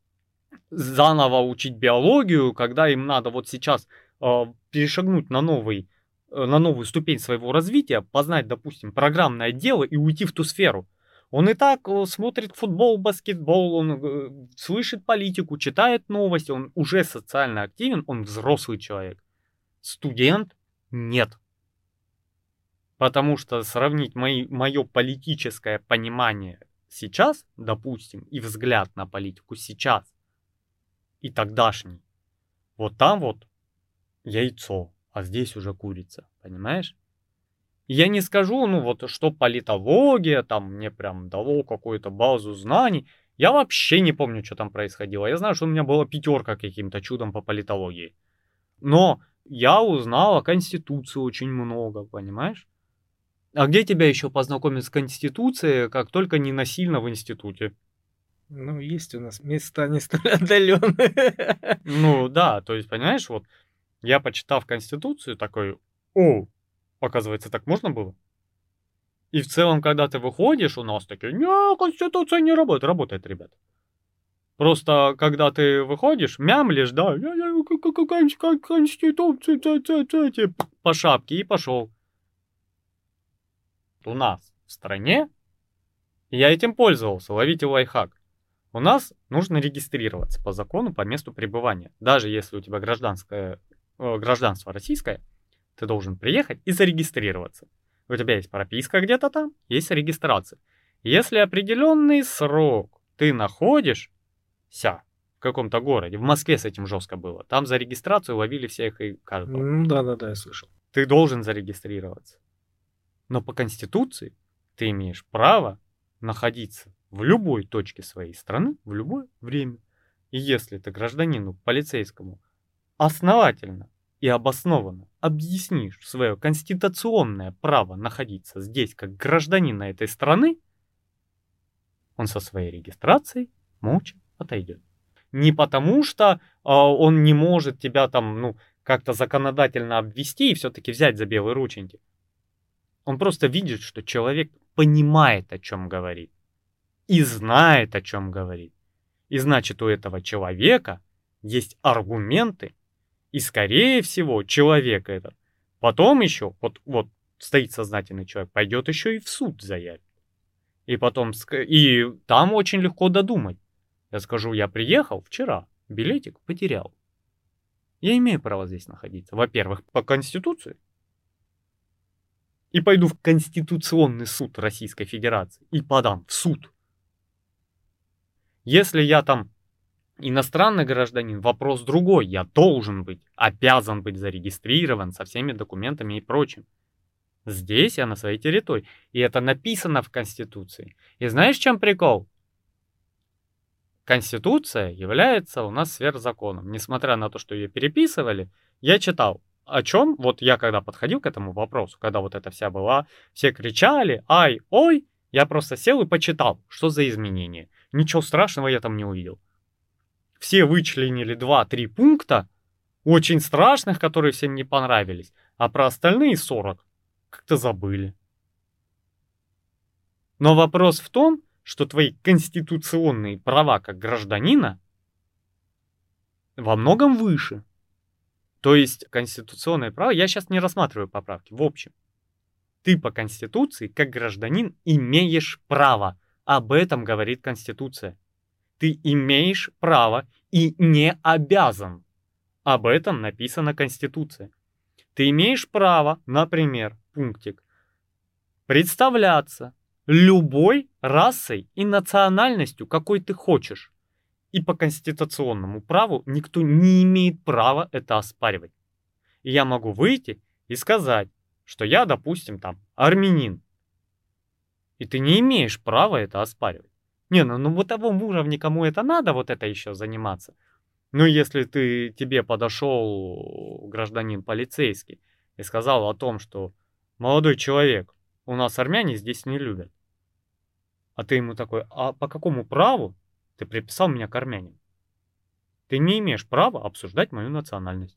заново учить биологию, когда им надо вот сейчас э, перешагнуть на, новый, э, на новую ступень своего развития, познать, допустим, программное дело и уйти в ту сферу. Он и так э, смотрит футбол, баскетбол, он э, слышит политику, читает новости, он уже социально активен, он взрослый человек. Студент нет. Потому что сравнить мои, мое политическое понимание сейчас, допустим, и взгляд на политику сейчас и тогдашний, вот там вот яйцо, а здесь уже курица, понимаешь? И я не скажу, ну вот, что политология там мне прям дало какую-то базу знаний. Я вообще не помню, что там происходило. Я знаю, что у меня была пятерка каким-то чудом по политологии. Но я узнал о Конституции очень много, понимаешь? А где тебя еще познакомят с Конституцией, как только не насильно в институте? Ну, есть у нас места не столь отдаленные. Ну да, то есть, понимаешь, вот я, почитав Конституцию, такой, о, оказывается, так можно было? И в целом, когда ты выходишь, у нас такие, не, Конституция не работает. Работает, ребят. Просто, когда ты выходишь, мямлишь, да, «Я- я- к- к- к- к- Конституция, ц- ц- ц- ц», по шапке и пошел. У нас в стране, и я этим пользовался, ловите лайфхак. У нас нужно регистрироваться по закону по месту пребывания. Даже если у тебя гражданское, э, гражданство российское, ты должен приехать и зарегистрироваться. У тебя есть прописка где-то там, есть регистрация. Если определенный срок ты находишься в каком-то городе. В Москве с этим жестко было. Там за регистрацию ловили всех и каждого. Ну да-да-да, я слышал. Ты должен зарегистрироваться. Но по Конституции ты имеешь право находиться в любой точке своей страны в любое время. И если ты гражданину полицейскому основательно и обоснованно объяснишь свое конституционное право находиться здесь как гражданин этой страны, он со своей регистрацией молча отойдет. Не потому, что э, он не может тебя там, ну, как-то законодательно обвести и все-таки взять за белые рученьки. Он просто видит, что человек понимает, о чем говорит. И знает, о чем говорит. И значит, у этого человека есть аргументы. И, скорее всего, человек этот потом еще, вот, вот стоит сознательный человек, пойдет еще и в суд заявит. И потом, и там очень легко додумать. Я скажу, я приехал вчера, билетик потерял. Я имею право здесь находиться. Во-первых, по Конституции. И пойду в Конституционный суд Российской Федерации и подам в суд. Если я там иностранный гражданин, вопрос другой. Я должен быть, обязан быть зарегистрирован со всеми документами и прочим. Здесь я на своей территории. И это написано в Конституции. И знаешь, в чем прикол? Конституция является у нас сверхзаконом. Несмотря на то, что ее переписывали, я читал, о чем, вот я когда подходил к этому вопросу, когда вот это вся была, все кричали, ай, ой, я просто сел и почитал, что за изменения. Ничего страшного я там не увидел. Все вычленили два-три пункта, очень страшных, которые всем не понравились, а про остальные сорок как-то забыли. Но вопрос в том, что твои конституционные права как гражданина во многом выше. То есть конституционные права, я сейчас не рассматриваю поправки, в общем. Ты по Конституции как гражданин имеешь право. Об этом говорит Конституция. Ты имеешь право и не обязан. Об этом написана Конституция. Ты имеешь право, например, пунктик, представляться любой расой и национальностью, какой ты хочешь. И по конституционному праву никто не имеет права это оспаривать. И я могу выйти и сказать, что я, допустим, там, армянин. И ты не имеешь права это оспаривать. Не, ну на бытовом уровне кому это надо, вот это еще заниматься. Ну, если ты, тебе подошел гражданин полицейский и сказал о том, что молодой человек, у нас армяне здесь не любят. А ты ему такой, а по какому праву ты приписал меня к армянину? Ты не имеешь права обсуждать мою национальность.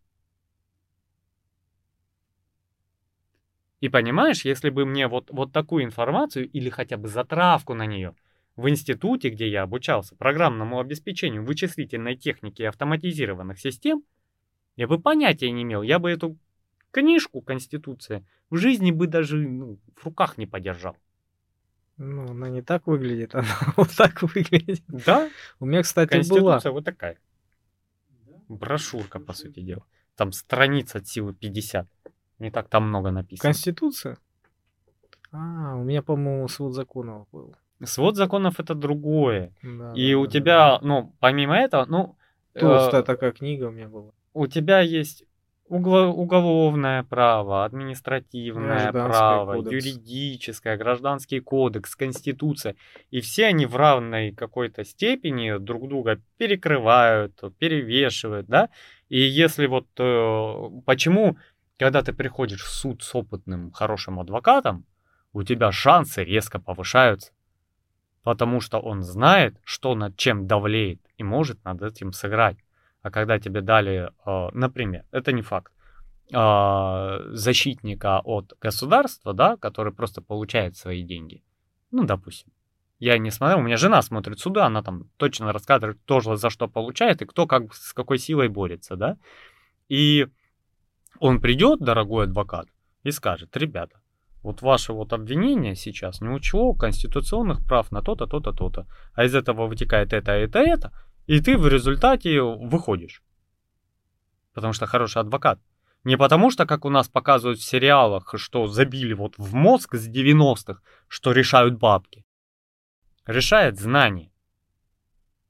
И понимаешь, если бы мне вот, вот такую информацию или хотя бы затравку на нее в институте, где я обучался программному обеспечению вычислительной техники и автоматизированных систем, я бы понятия не имел, я бы эту книжку «Конституция» в жизни бы даже ну, в руках не подержал. Ну, она не так выглядит, она вот так выглядит. Да? У меня, кстати, Конституция была. вот такая. Брошюрка, по сути дела. Там страниц от силы пятьдесят. Не так там много написано. Конституция? А, у меня, по-моему, свод законов был. Свод законов это другое. Да, И да, у да, тебя, да. ну, помимо этого, ну... Толстая э, такая книга у меня была. у тебя есть угло- уголовное право, административное Гражданский право, кодекс. юридическое, гражданский кодекс, конституция. И все они в равной какой-то степени друг друга перекрывают, перевешивают, да? И если вот... э, почему, когда ты приходишь в суд с опытным, хорошим адвокатом, у тебя шансы резко повышаются? Потому что он знает, что над чем давлеет и может над этим сыграть. А когда тебе дали, э, например, это не факт, э, защитника от государства, да, который просто получает свои деньги. Ну, допустим. Я не смотрю, у меня жена смотрит суды, она там точно рассказывает, кто же за что получает и кто как с какой силой борется, да. И он придет, дорогой адвокат, и скажет, ребята, вот ваше вот обвинение сейчас не учло конституционных прав на то-то, то-то, то-то. А из этого вытекает это, это, это. И ты в результате выходишь. Потому что хороший адвокат. Не потому что, как у нас показывают в сериалах, что забили вот в мозг с девяностых, что решают бабки. Решает знание.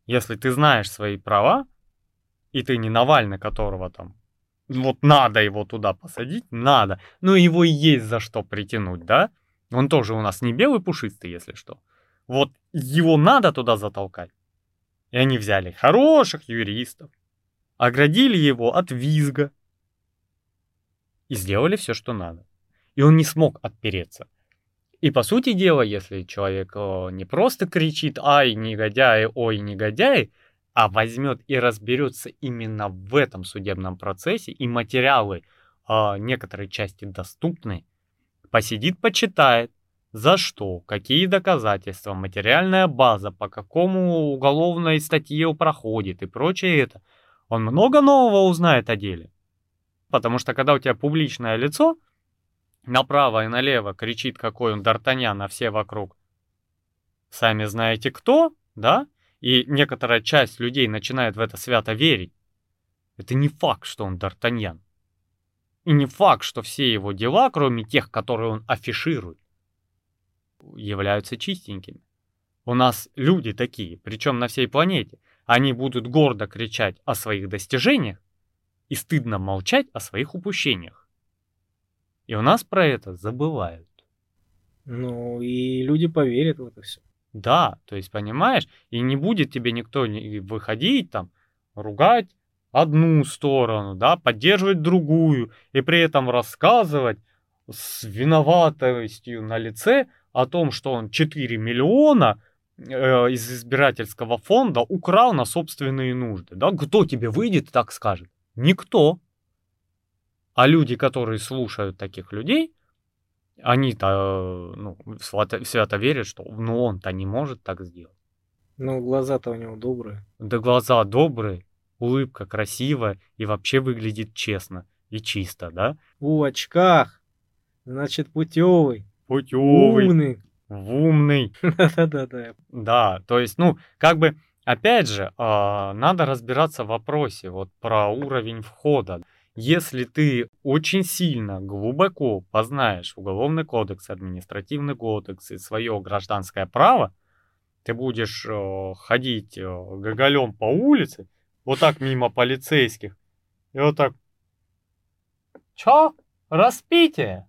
Если ты знаешь свои права, и ты не Навальный, которого там, вот надо его туда посадить, надо. Ну, его и есть за что притянуть, да? Он тоже у нас не белый пушистый, если что. Вот его надо туда затолкать. И они взяли хороших юристов, оградили его от визга и сделали все, что надо. И он не смог отпереться. И по сути дела, если человек не просто кричит «ай, негодяй, ой, негодяй», а возьмет и разберется именно в этом судебном процессе, и материалы э, некоторой части доступны, посидит, почитает, за что, какие доказательства, материальная база, по какому уголовной статье проходит и прочее это, он много нового узнает о деле. Потому что когда у тебя публичное лицо, направо и налево кричит, какой он Д'Артаньян, а все вокруг сами знаете кто, да? И некоторая часть людей начинает в это свято верить. Это не факт, что он Д'Артаньян. И не факт, что все его дела, кроме тех, которые он афиширует, являются чистенькими. У нас люди такие, причем на всей планете. Они будут гордо кричать о своих достижениях и стыдно молчать о своих упущениях. И у нас про это забывают. Ну, и люди поверят в это все. Да, то есть, понимаешь, и не будет тебе никто выходить там, ругать одну сторону, да, поддерживать другую, и при этом рассказывать с виноватостью на лице о том, что он четыре миллиона э, из избирательского фонда украл на собственные нужды. Да? Кто тебе выйдет и так скажет? Никто. А люди, которые слушают таких людей, они-то ну, свято, свято верят, что ну он-то не может так сделать. Ну, глаза-то у него добрые. Да глаза добрые, улыбка красивая и вообще выглядит честно и чисто, да? В очках. Значит, путевый. Путевый. Умный. Умный. Да-да-да. Да, то есть, ну, как бы, опять же, надо разбираться в вопросе вот про уровень входа. Если ты очень сильно, глубоко познаешь Уголовный кодекс, Административный кодекс и свое гражданское право, ты будешь э, ходить э, гоголем по улице, вот так мимо полицейских, и вот так, чё, распитие?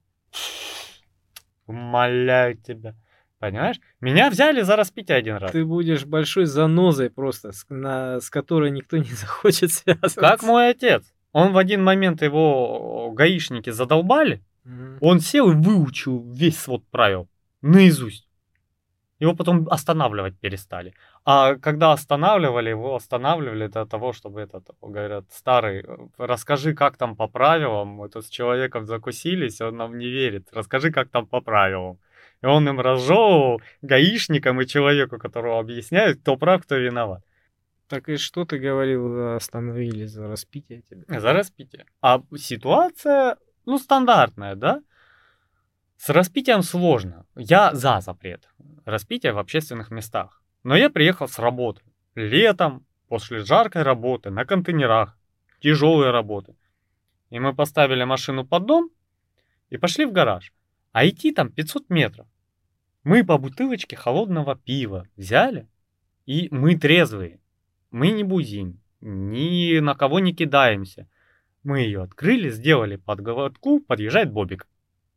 Умоляю тебя. Понимаешь? Меня взяли за распитие один раз. Ты будешь большой занозой просто, с, на, с которой никто не захочет связываться. Как мой отец. Он в один момент, его гаишники задолбали, mm-hmm. Он сел и выучил весь свод правил наизусть. Его потом останавливать перестали. А когда останавливали, его останавливали для того, чтобы этот, говорят, старый, расскажи, как там по правилам. Это с человеком закусились, он нам не верит. Расскажи, как там по правилам. И он им разжевывал, гаишникам и человеку, которого объясняют, кто прав, кто виноват. Так и что ты говорил, остановили за распитие тебя? За распитие. А ситуация, ну, стандартная, да? С распитием сложно. Я за запрет распития в общественных местах. Но я приехал с работы. Летом, после жаркой работы, на контейнерах. Тяжелой работы. И мы поставили машину под дом и пошли в гараж. А идти там пятьсот метров. Мы по бутылочке холодного пива взяли. И мы трезвые. Мы не бузим. Ни на кого не кидаемся. Мы ее открыли, сделали под глотку, подъезжает Бобик.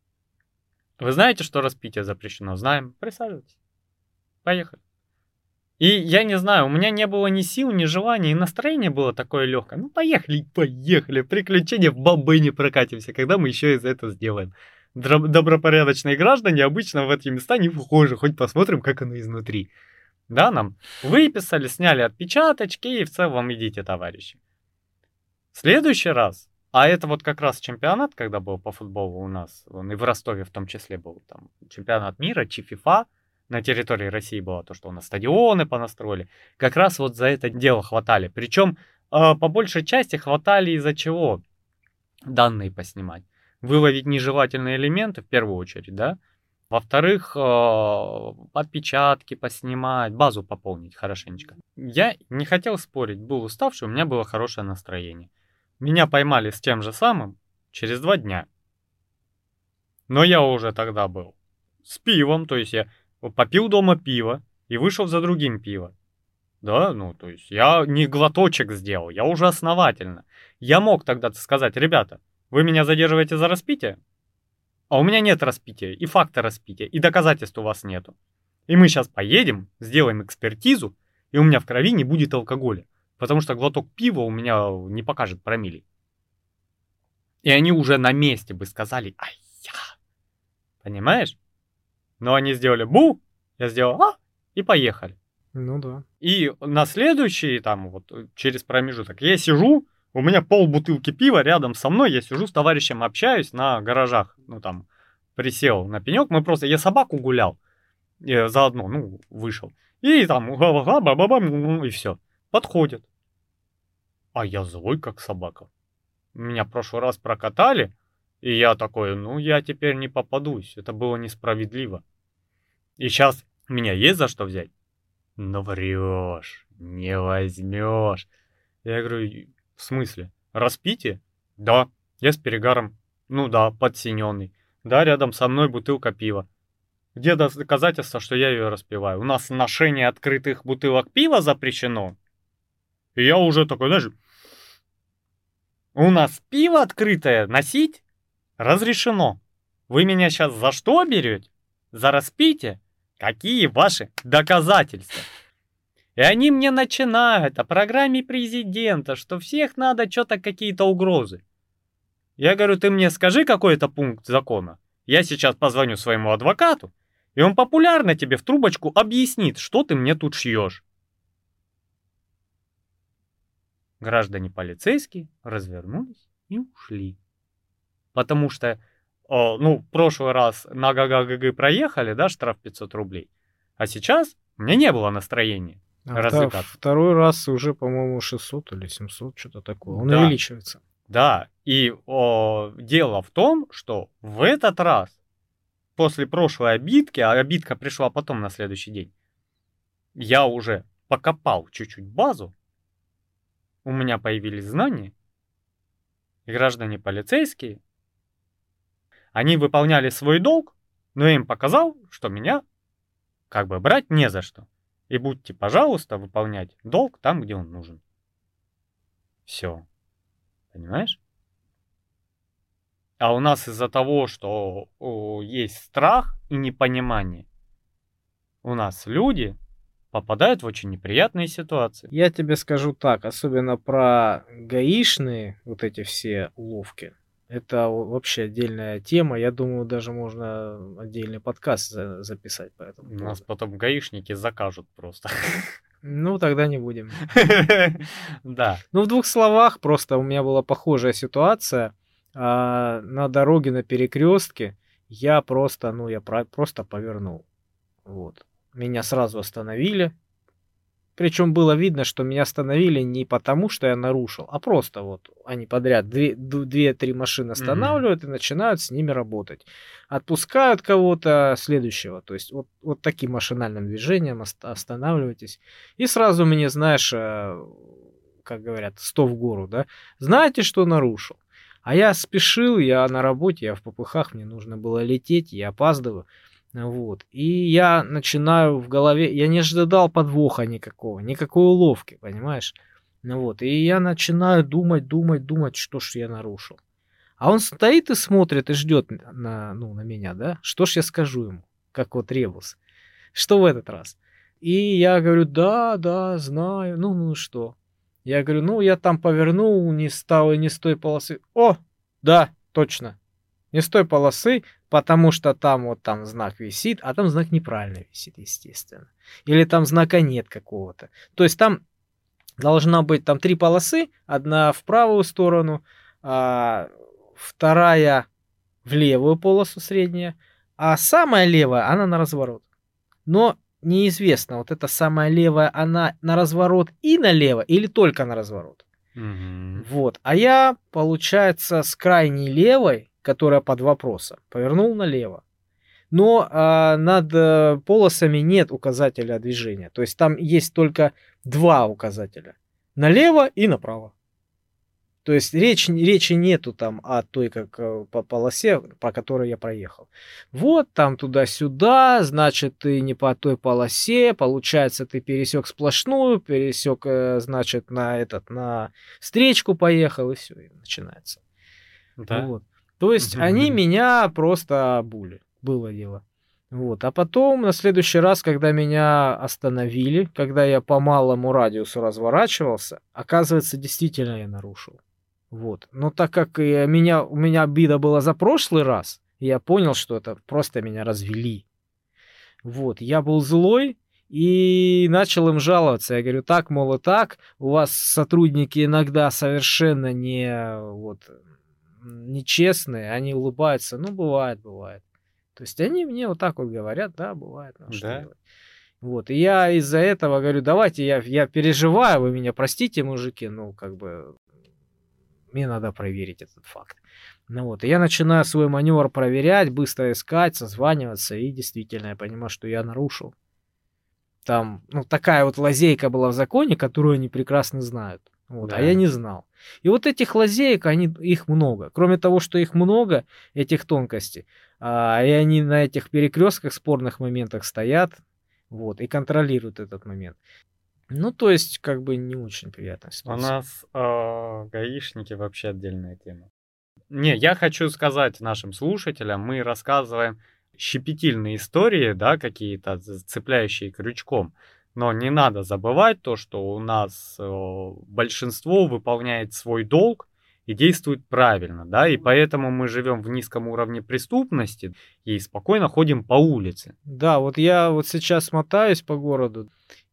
Вы знаете, что распитие запрещено? Знаем. Присаживайтесь. Поехали. И я не знаю, у меня не было ни сил, ни желания, и настроение было такое легкое. Ну, поехали, поехали. Приключения в Бобыне прокатимся, когда мы еще из этого сделаем. Добропорядочные граждане обычно в эти места не вхожи. Хоть посмотрим, как оно изнутри. Да, нам выписали, сняли отпечаточки, и в целом идите, товарищи. В следующий раз, а это вот как раз чемпионат, когда был по футболу у нас, он и в Ростове в том числе был, там чемпионат мира, ЧФИФА, на территории России было то, что у нас стадионы понастроили, как раз вот за это дело хватали. Причем э, по большей части хватали из-за чего? Данные поснимать. Выловить нежелательные элементы в первую очередь, да? Во-вторых, э, отпечатки поснимать, базу пополнить хорошенечко. Я не хотел спорить, был уставший, у меня было хорошее настроение. Меня поймали с тем же самым через два дня. Но я уже тогда был с пивом, то есть я попил дома пиво и вышел за другим пивом. Да, ну, то есть я не глоточек сделал, я уже основательно. Я мог тогда сказать: ребята, вы меня задерживаете за распитие, а у меня нет распития, и факта распития, и доказательств у вас нету. И мы сейчас поедем, сделаем экспертизу, и у меня в крови не будет алкоголя, потому что глоток пива у меня не покажет промилле. И они уже на месте бы сказали: ай-я. Понимаешь? Но они сделали бу, я сделал а, и поехали. Ну да. И на следующий, там, вот, через промежуток, я сижу, у меня пол бутылки пива рядом со мной, я сижу с товарищем, общаюсь на гаражах, ну, там, присел на пенек, мы просто, я собаку гулял, и заодно, ну, вышел, и там, ба-ба-ба, и все, подходит. А я злой, как собака. Меня в прошлый раз прокатали, и я такой: ну, я теперь не попадусь, это было несправедливо. И сейчас меня есть за что взять? Но врешь, не возьмешь. Я говорю: в смысле? Распитие? Да, я с перегаром. Ну да, подсиненный. Да, рядом со мной бутылка пива. Где доказательства, что я ее распиваю? У нас ношение открытых бутылок пива запрещено. И я уже такой, знаешь, у нас пиво открытое носить разрешено. Вы меня сейчас за что берете? За распитие? Какие ваши доказательства? И они мне начинают о программе президента, что всех надо что-то, какие-то угрозы. Я говорю: ты мне скажи какой-то пункт закона. Я сейчас позвоню своему адвокату, и он популярно тебе в трубочку объяснит, что ты мне тут шьешь. Граждане полицейские развернулись и ушли. Потому что, о, ну, в прошлый раз на га-га-га-га проехали, да, штраф пятьсот рублей. А сейчас у меня не было настроения. А второй раз уже, по-моему, шестьсот или семьсот, что-то такое. Он да. увеличивается. Да, и о, дело в том, что в этот раз, после прошлой обидки, а обидка пришла потом на следующий день, я уже покопал чуть-чуть базу, у меня появились знания, и граждане полицейские, они выполняли свой долг, но я им показал, что меня как бы брать не за что. И будьте, пожалуйста, выполнять долг там, где он нужен. Все. Понимаешь? А у нас из-за того, что о, есть страх и непонимание, у нас люди попадают в очень неприятные ситуации. Я тебе скажу так, особенно про гаишные вот эти все уловки. Это вообще отдельная тема. Я думаю, даже можно отдельный подкаст за- записать по этому поводу. Нас потом гаишники закажут просто. Ну, тогда не будем. Да. Ну, в двух словах, просто у меня была похожая ситуация. А, на дороге на перекрестке я просто, ну, я про- просто повернул. Вот. Меня сразу остановили. Причем было видно, что меня остановили не потому, что я нарушил, а просто вот они подряд две- ду- две-три машины останавливают и начинают с ними работать. Отпускают кого-то следующего. То есть вот, вот таким машинальным движением ост- останавливайтесь. И сразу мне, знаешь, э, как говорят, сто в гору, да? Знаете, что нарушил? А я спешил, я на работе, я в попыхах, мне нужно было лететь, я опаздываю. Вот. И я начинаю в голове, я не ожидал подвоха никакого, никакой уловки, понимаешь? Ну вот, и я начинаю думать, думать, думать, что ж я нарушил. А он стоит и смотрит, и ждет на, ну, на меня, да? Что ж я скажу ему, как вот ребус? Что в этот раз? И я говорю: да, да, знаю, ну, ну что? Я говорю: ну, я там повернул, не стал и не с той полосы. О, да, точно. Не с той полосы, потому что там вот там знак висит, а там знак неправильно висит, естественно. Или там знака нет какого-то. То есть там должна быть там три полосы, одна в правую сторону, а вторая в левую полосу средняя, а самая левая, она на разворот. Но неизвестно, вот эта самая левая, она на разворот и налево или только на разворот. Мгм. Вот. А я, получается, с крайней левой, которая под вопросом, повернул налево. Но а, над э, полосами нет указателя движения. То есть там есть только два указателя. Налево и направо. То есть речь, речи нету там о той как э, по полосе, по которой я проехал. Вот там туда-сюда, значит, ты не по той полосе, получается, ты пересек сплошную, пересек, э, значит, на этот, на встречку поехал, и все, и начинается. Да? Вот. То есть они меня просто обули. Было дело. Вот. А потом, на следующий раз, когда меня остановили, когда я по малому радиусу разворачивался, оказывается, действительно я нарушил. Вот. Но так как и меня, у меня обида была за прошлый раз, я понял, что это просто меня развели. Вот. Я был злой и начал им жаловаться. Я говорю, так, мол, и так, у вас сотрудники иногда совершенно не, вот, нечестные, они улыбаются. Ну, бывает, бывает. То есть они мне вот так вот говорят, да, бывает, ну, что Да. делать. Вот, и я из-за этого говорю, давайте, я, я переживаю, вы меня простите, мужики, ну, как бы, мне надо проверить этот факт. Ну вот, и я начинаю свой маневр проверять, быстро искать, созваниваться, и действительно я понимаю, что я нарушил. Там, ну, такая вот лазейка была в законе, которую они прекрасно знают. Вот, а Да. я не знал. И вот этих лазеек, они, их много. Кроме того, что их много, этих тонкостей, а, и они на этих перекрестках, спорных моментах стоят, вот, и контролируют этот момент. Ну, то есть, как бы не очень приятная У ситуация. нас а, гаишники вообще отдельная тема. Не, я хочу сказать нашим слушателям, мы рассказываем щепетильные истории, да, какие-то ц- цепляющие крючком. Но не надо забывать то, что у нас э, большинство выполняет свой долг и действует правильно, да, и поэтому мы живем в низком уровне преступности и спокойно ходим по улице. Да, вот я вот сейчас мотаюсь по городу,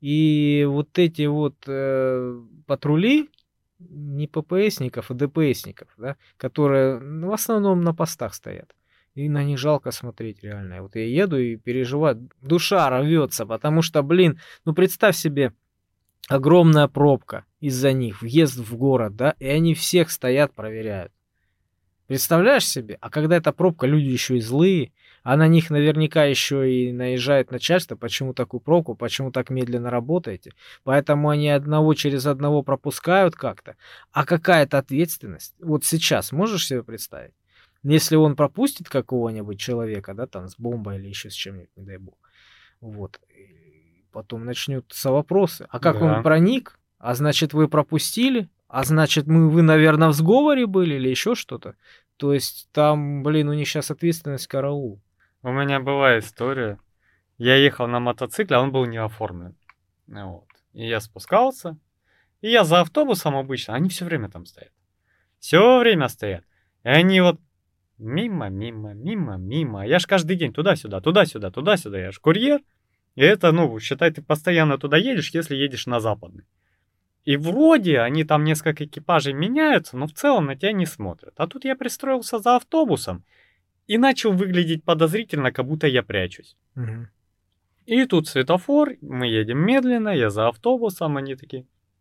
и вот эти вот э, патрули, не ППСников, а ДПСников, да, которые ну, в основном на постах стоят. И на них жалко смотреть реально. Вот я еду и переживаю, душа рвется, потому что, блин, ну представь себе, огромная пробка из-за них, въезд в город, да, и они всех стоят, проверяют. Представляешь себе? А когда эта пробка, люди еще и злые, а на них наверняка еще и наезжает начальство, почему такую пробку, почему так медленно работаете. Поэтому они одного через одного пропускают как-то. А какая-то ответственность. Вот сейчас можешь себе представить? Если он пропустит какого-нибудь человека, да, там с бомбой или еще с чем-нибудь, не дай бог. Вот. И потом начнутся вопросы. А как он Да. проник? А значит, вы пропустили? А значит, мы, вы, наверное, в сговоре были или еще что-то? То есть там, блин, у них сейчас ответственность караул. У меня была история. Я ехал на мотоцикле, а он был не оформлен. Вот. И я спускался. И я за автобусом обычно, они все время там стоят. Все время стоят. И они вот мимо, мимо, мимо, мимо. Я ж каждый день туда-сюда, туда-сюда, туда-сюда. Я ж курьер. И это, ну, считай, ты постоянно туда едешь, если едешь на западный. И вроде они там несколько экипажей меняются, но в целом на тебя не смотрят. А тут я пристроился за автобусом и начал выглядеть подозрительно, как будто я прячусь. Мгм. И тут светофор, мы едем медленно, я за автобусом, они такие: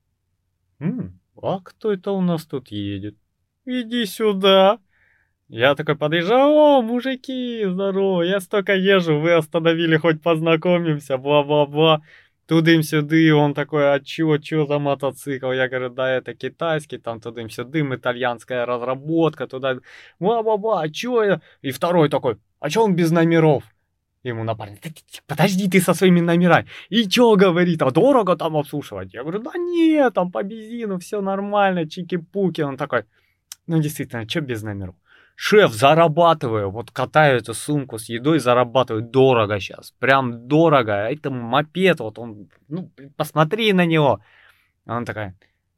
«М, а кто это у нас тут едет? Иди сюда». Я такой подъезжаю: «О, мужики, здорово, я столько езжу, вы остановили, хоть познакомимся, бла-бла-бла». Тудым-сюды, он такой: «А чё, чё за мотоцикл?» Я говорю: «Да это китайский, там тудым-сюдым, итальянская разработка, туда, бла-бла-бла, а чё я?» И второй такой: «А чё он без номеров?» Ему напарник: «Да ты- ты- подожди ты со своими номерами». И чё говорит: «А дорого там обслуживать?» Я говорю: «Да нет, там по бензину все нормально, чики-пуки». Он такой: «Ну действительно, чё без номеров? Шеф, зарабатываю, вот катаю эту сумку с едой, зарабатываю дорого сейчас, прям дорого. Это мопед, вот он, ну, посмотри на него». А он такая: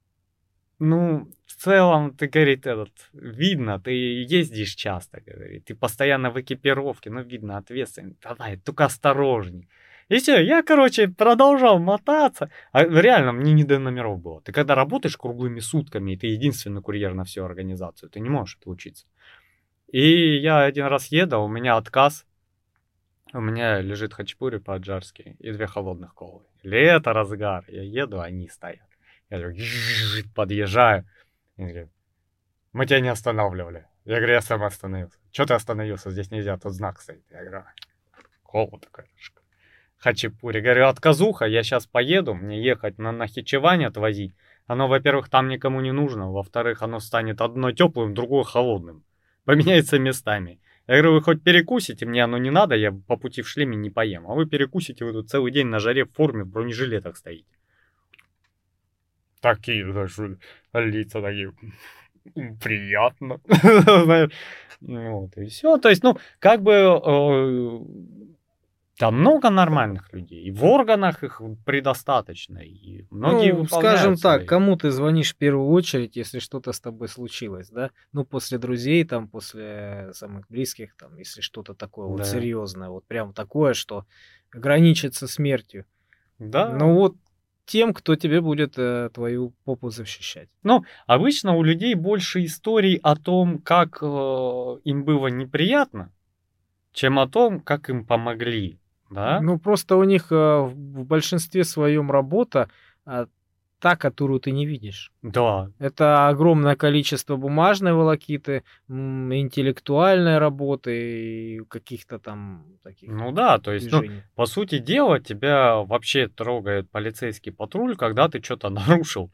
«Ну, в целом, ты, говорит, этот, видно, ты ездишь часто, говорит, ты постоянно в экипировке, ну, видно, ответственный, давай, только осторожней». И все, я, короче, продолжал мотаться. А реально, мне не до номеров было. Ты когда работаешь круглыми сутками, и ты единственный курьер на всю организацию, ты не можешь отлучиться. И я один раз еду, у меня отказ. У меня лежит хачапури по-аджарски и две холодных колы. Лето, разгар. Я еду, они стоят. Я такой подъезжаю. Они говорят: «Мы тебя не останавливали». Я говорю: «Я сам остановился». «Чё ты остановился? Здесь нельзя, тут знак стоит». Я говорю: «Кола такая. Хачапури». Говорю: «Отказуха, я сейчас поеду, мне ехать на Нахичевань отвозить. Оно, во-первых, там никому не нужно, во-вторых, оно станет одно теплым, другое холодным. Поменяется местами. Я говорю, вы хоть перекусите, мне оно не надо, я по пути в шлеме не поем. А вы перекусите, вы тут целый день на жаре в форме, в бронежилетах стоите. Такие, знаешь, лица такие, приятно. Вот, и все. То есть, ну, как бы... Там много нормальных людей, и в органах их предостаточно, и многие Ну, скажем выполняют так, свои. кому ты звонишь в первую очередь, если что-то с тобой случилось, да? Ну, после друзей, там, после самых близких, там, если что-то такое вот Да. серьезное, вот прям такое, что граничит со смертью. Да. Ну, вот тем, кто тебе будет э, твою попу защищать. Ну, обычно у людей больше историй о том, как э, им было неприятно, чем о том, как им помогли, да? Ну, просто у них э, в в большинстве своем работа а, та, которую ты не видишь. Да. Это огромное количество бумажной волокиты, м, интеллектуальной работы и каких-то там таких Ну да, то есть, ну, движений. по сути дела, тебя вообще трогает полицейский патруль, когда ты что-то нарушил.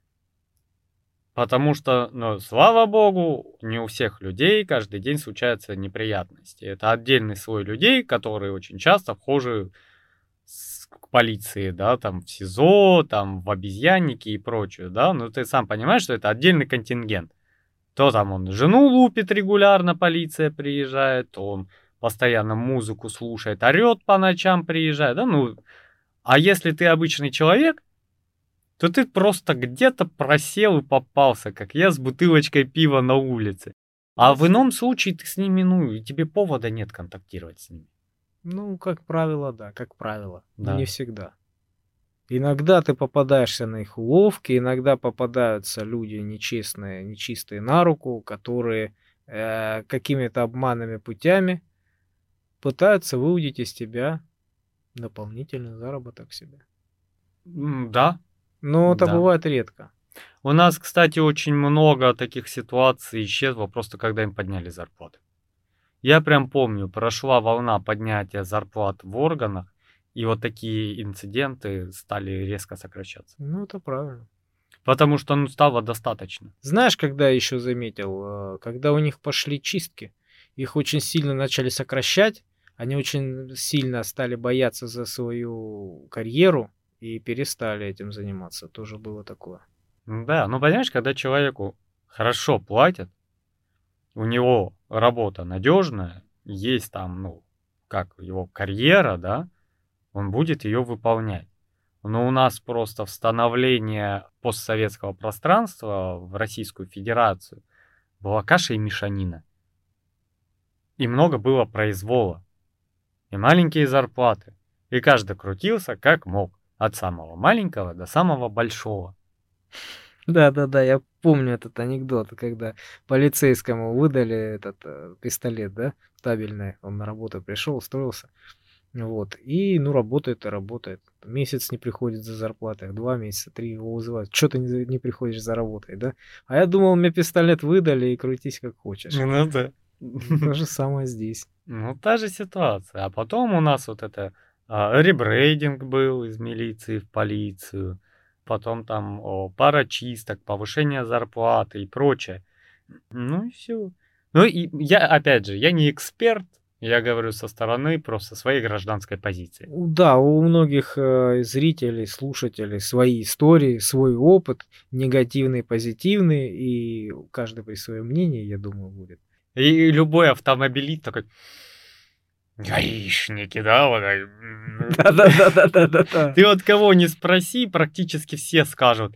Потому что, ну, слава богу, не у всех людей каждый день случаются неприятности. Это отдельный слой людей, которые очень часто вхожи с- к полиции, да, там в СИЗО, там в обезьяннике и прочее, да. Ну, ты сам понимаешь, что это отдельный контингент. То там он жену лупит регулярно, полиция приезжает, то он постоянно музыку слушает, орет по ночам, приезжает, да, ну. А если ты обычный человек, то ты просто где-то просел и попался, как я с бутылочкой пива на улице. А в ином случае ты с ними, ну, и тебе повода нет контактировать с ними. Ну, как правило, да, как правило, но не Да. всегда. Иногда ты попадаешься на их уловки, иногда попадаются люди нечестные, нечистые на руку, которые э, какими-то обманными путями пытаются выудить из тебя дополнительный заработок себе. М, Да, Но это да. бывает редко. У нас, кстати, очень много таких ситуаций исчезло просто когда им подняли зарплаты. Я прям помню, прошла волна поднятия зарплат в органах, и вот такие инциденты стали резко сокращаться. Ну, это правильно. Потому что, ну, стало достаточно. Знаешь, когда я еще заметил, э, когда у них пошли чистки, их очень сильно начали сокращать, они очень сильно стали бояться за свою карьеру и перестали этим заниматься. Тоже было такое. Да, ну понимаешь, когда человеку хорошо платят, у него работа надежная, есть там, ну, как его карьера, да, он будет ее выполнять. Но у нас просто встановление постсоветского пространства в Российскую Федерацию была каша и мешанина. И много было произвола, и маленькие зарплаты. И каждый крутился как мог, от самого маленького до самого большого. Да-да-да, я помню этот анекдот, когда полицейскому выдали этот э, пистолет, да, табельный, он на работу пришел, устроился, вот, и, ну, работает и работает. Месяц не приходит за зарплатой, два месяца, три его вызывают. Что ты не, за- не приходишь за работой, да? А я думал, мне пистолет выдали и крутись как хочешь. Ну да. То же самое здесь. Ну, та же ситуация. А потом у нас вот это а, ребрейдинг был из милиции в полицию. Потом там о, пара чисток, повышение зарплаты и прочее. Ну и все. Ну и я, опять же, я не эксперт, я говорю со стороны просто своей гражданской позиции. У- Да, у многих э, зрителей, слушателей свои истории, свой опыт, негативный, позитивный, и каждый при своем мнении, я думаю, будет. И любой автомобилист такой, гаишники, да, вот так, м. Да-да-да-да-да-да. Ты вот кого не спроси, практически все скажут,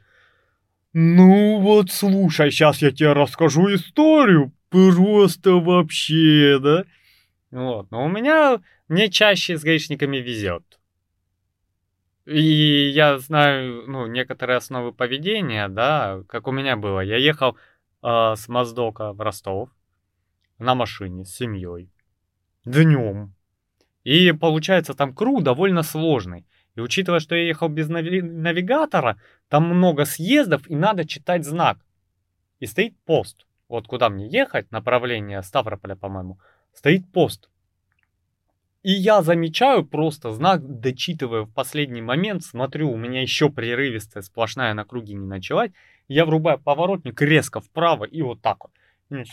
ну вот слушай, сейчас я тебе расскажу историю, просто вообще, да? Вот, но у меня, мне чаще с гаишниками везет. И я знаю, ну, некоторые основы поведения, да, как у меня было. Я ехал а, с Моздока в Ростов на машине с семьей днем. И получается, там круг довольно сложный. И учитывая, что я ехал без нави- навигатора, там много съездов и надо читать знак. И стоит пост. Вот куда мне ехать, направление Ставрополя, по-моему, стоит пост. И я замечаю просто знак, дочитывая в последний момент, смотрю, у меня еще прерывистая сплошная на круге не началась. Я врубаю поворотник резко вправо и вот так вот.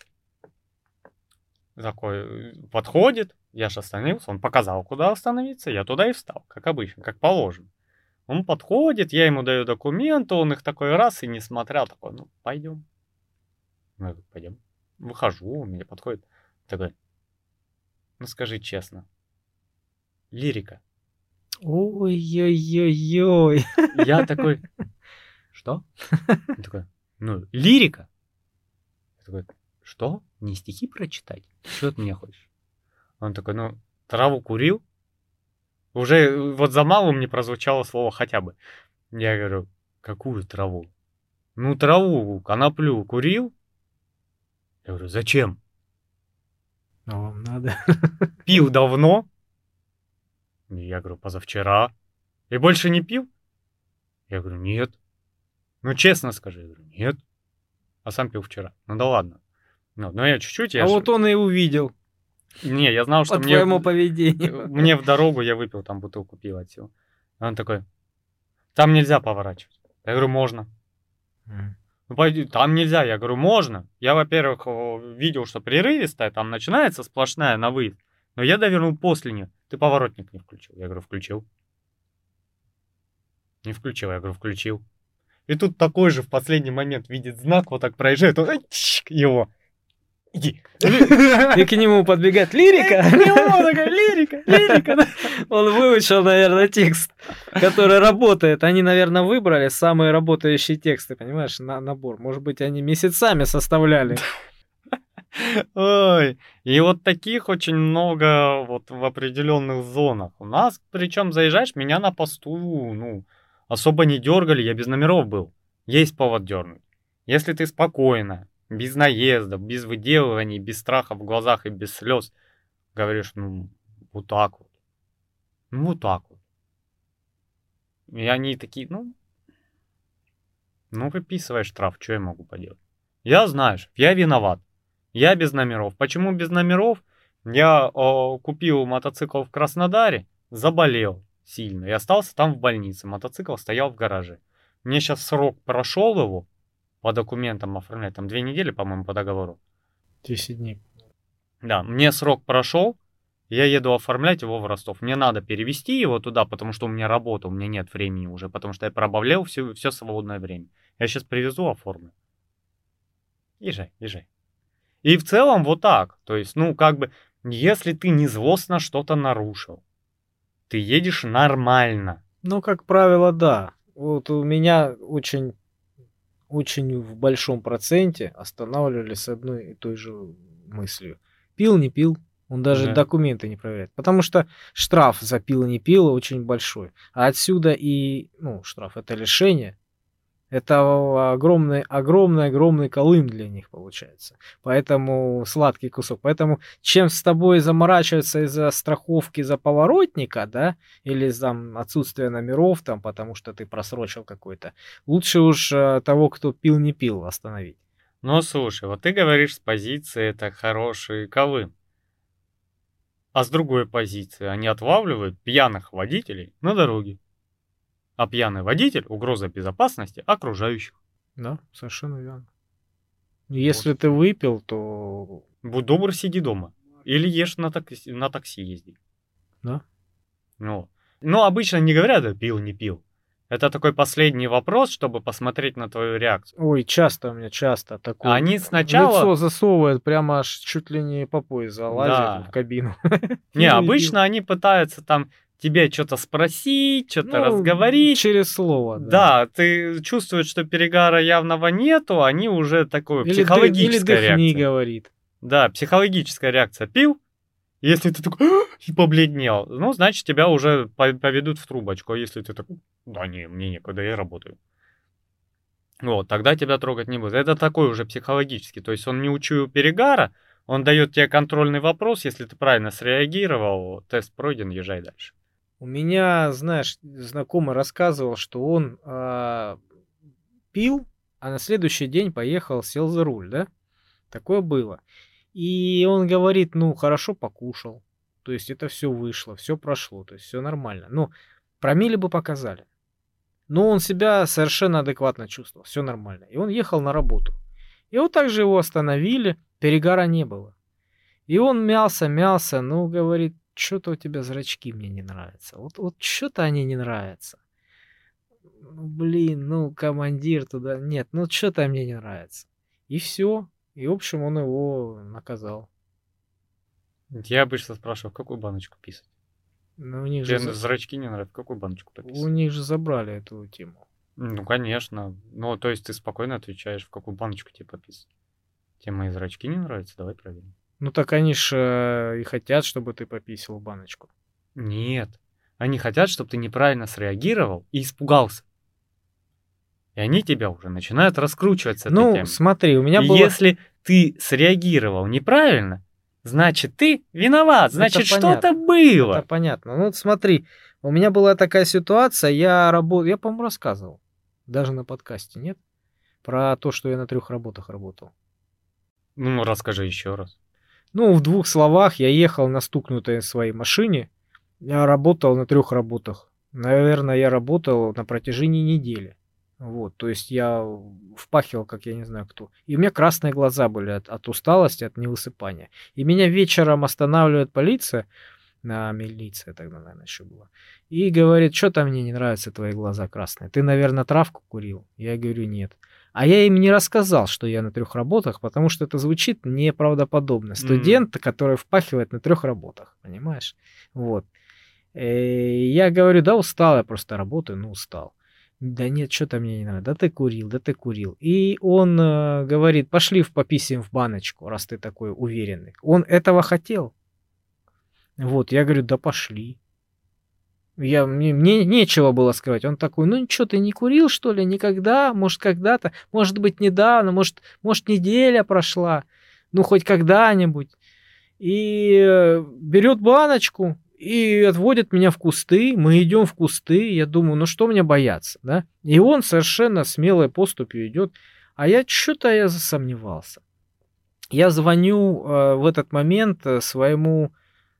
Такой подходит, я же остановился, он показал, куда остановиться, я туда и встал, как обычно, как положено. Он подходит, я ему даю документы, он их такой раз и не смотрел, такой, ну, пойдем. Ну, я говорю, пойдем. Выхожу, он мне подходит, такой, ну, скажи честно, лирика. Ой-ой-ой-ой. Я такой, что? Он такой, ну, лирика. Я такой, что? Не стихи прочитать? Что ты мне хочешь? Он такой, ну, траву курил? Уже вот за малым мне прозвучало слово хотя бы. Я говорю, какую траву? Ну, траву, коноплю курил? Я говорю, зачем? А вам надо? Пил давно? Я говорю, позавчера. И больше не пил? Я говорю, нет. Ну, честно скажи. Я говорю, нет. А сам пил вчера. Ну да ладно. Ну, но я чуть-чуть... Я А ж... вот он и увидел. Не, я знал, что По мне... твоему поведению. Мне в дорогу я выпил там бутылку пива отсюда. Он такой, там нельзя поворачивать. Я говорю, можно. М. Ну, пойди, там нельзя. Я говорю, можно. Я, во-первых, видел, что прерывистая, там начинается сплошная на выезд. Но я довернул после нее. Ты поворотник не включил. Я говорю, включил. Не включил. Я говорю, включил. И тут такой же в последний момент видит знак, вот так проезжает, он его. Иди. И к нему подбегает лирика. К нему такая лирика, лирика. Он выучил, наверное, текст, который работает. Они, наверное, выбрали самые работающие тексты, понимаешь, на набор. Может быть, они месяцами составляли. Ой, и вот таких очень много вот в определенных зонах. У нас, причем заезжаешь, меня на посту, ну, особо не дергали, я без номеров был. Есть повод дернуть. Если ты спокойно, без наездов, без выделываний, без страха в глазах и без слез, говоришь, ну, вот так вот. Ну, вот так вот. И они такие, ну, ну, выписывай штраф, что я могу поделать? Я, знаешь, я виноват. Я без номеров. Почему без номеров? Я о, купил мотоцикл в Краснодаре, заболел сильно и остался там в больнице. Мотоцикл стоял в гараже. Мне сейчас срок прошел его, по документам оформлять, там две недели, по-моему, по договору. десять дней. Да, мне срок прошел, я еду оформлять его в Ростов. Мне надо перевести его туда, потому что у меня работа, у меня нет времени уже, потому что я пробавлял все, все свободное время. Я сейчас привезу, оформлю. Езжай, езжай. И в целом вот так. То есть, ну, как бы, если ты не злостно что-то нарушил, ты едешь нормально. Ну, как правило, да. Вот у меня очень, очень в большом проценте останавливали с одной и той же мыслью. Пил, не пил. Он даже Да. документы не проверяет. Потому что штраф за пил, не пил очень большой. А отсюда и, ну, штраф это лишение. Это огромный, огромный, огромный колым для них получается. Поэтому сладкий кусок. Поэтому чем с тобой заморачиваться из-за страховки за поворотника, да, или за отсутствия номеров, там, потому что ты просрочил какой-то, лучше уж э, того, кто пил, не пил, остановить. Ну, слушай, вот ты говоришь с позиции, это хороший колым. А с другой позиции, они отлавливают пьяных водителей на дороге. А пьяный водитель — угроза безопасности окружающих. Да, совершенно верно. Если ты выпил, то... Будь добр, сиди дома. Или ешь на такси, на такси езди. Да. Ну, но обычно не говорят, да, пил, не пил. Это такой последний вопрос, чтобы посмотреть на твою реакцию. Ой, часто у меня, часто такое. Они сначала... Лицо засовывают, прямо аж чуть ли не по пояс залазят Да. в кабину. Не, обычно они пытаются там тебе что-то спросить, что-то Ну, разговорить. через слово, да. Да, ты чувствуешь, что перегара явного нету, они уже такое Или, психологическая дых, или дыхни, реакция. говорит. Да, психологическая реакция. Пил, если ты такой и побледнел, ну, значит, тебя уже поведут в трубочку. А если ты такой, да не, мне некуда, я работаю. Вот, тогда тебя трогать не будут. Это такой уже психологический. То есть он не учуял перегара, он дает тебе контрольный вопрос, если ты правильно среагировал, тест пройден, езжай дальше. У меня, знаешь, знакомый рассказывал, что он а, пил, а на следующий день поехал, сел за руль, да? Такое было. И он говорит, ну, хорошо покушал. То то есть это все вышло, все прошло, то есть все нормально. Ну, промилле бы показали. Но он себя совершенно адекватно чувствовал, все нормально. И он ехал на работу. И вот так же его остановили, перегара не было. И он мялся, мялся, ну, говорит, что-то у тебя зрачки мне не нравятся. Вот, вот что-то они не нравятся. Ну, блин, ну, командир туда, нет, ну, что-то мне не нравится. И все. И, в общем, он его наказал. Я обычно спрашиваю, в какую баночку писать? Но у них Тебе же, за- зрачки не нравятся, в какую баночку у пописать? них же забрали эту тему. Ну, конечно. Ну, то есть ты спокойно отвечаешь, в какую баночку тебе пописать. Тебе мои зрачки не нравятся? Давай проверим. Ну, так они же и хотят, чтобы ты пописал в баночку. Нет. Они хотят, чтобы ты неправильно среагировал и испугался. И они тебя уже начинают раскручивать с этой Ну, темы. смотри, у меня И было... если ты среагировал неправильно, значит, ты виноват, значит, что-то понятно. было. Это понятно. Ну, вот смотри, у меня была такая ситуация, я работал, я, по-моему, рассказывал, даже на подкасте, нет? Про то, что я на трех работах работал. Ну, расскажи еще раз. Ну, в двух словах, я ехал на стукнутой своей машине, я работал на трех работах. Наверное, я работал на протяжении недели. Вот, то есть я впахивал, как я не знаю кто. И у меня красные глаза были от, от усталости, от невысыпания. И меня вечером останавливает полиция, на милиция тогда, наверное, еще была. И говорит, что-то мне не нравятся твои глаза красные. Ты, наверное, травку курил? Я говорю, нет. А я им не рассказал, что я на трех работах, потому что это звучит неправдоподобно. Студент, mm. который впахивает на трех работах, понимаешь? Вот. И я говорю, да устал, я просто работаю, ну устал. Да нет, что-то мне не надо. Да ты курил, да ты курил. И он э, говорит, пошли в пописим в баночку, раз ты такой уверенный. Он этого хотел. Вот, я говорю, да пошли. Я, мне, мне нечего было сказать. Он такой, ну ничего, ты не курил, что ли, никогда? Может, когда-то? Может быть, недавно? Может, может неделя прошла? Ну, хоть когда-нибудь. И э, берет баночку и отводит меня в кусты. Мы идем в кусты. Я думаю, ну что мне бояться, да? И он совершенно смелой поступью идет. А я что-то я засомневался. Я звоню э, в этот момент своему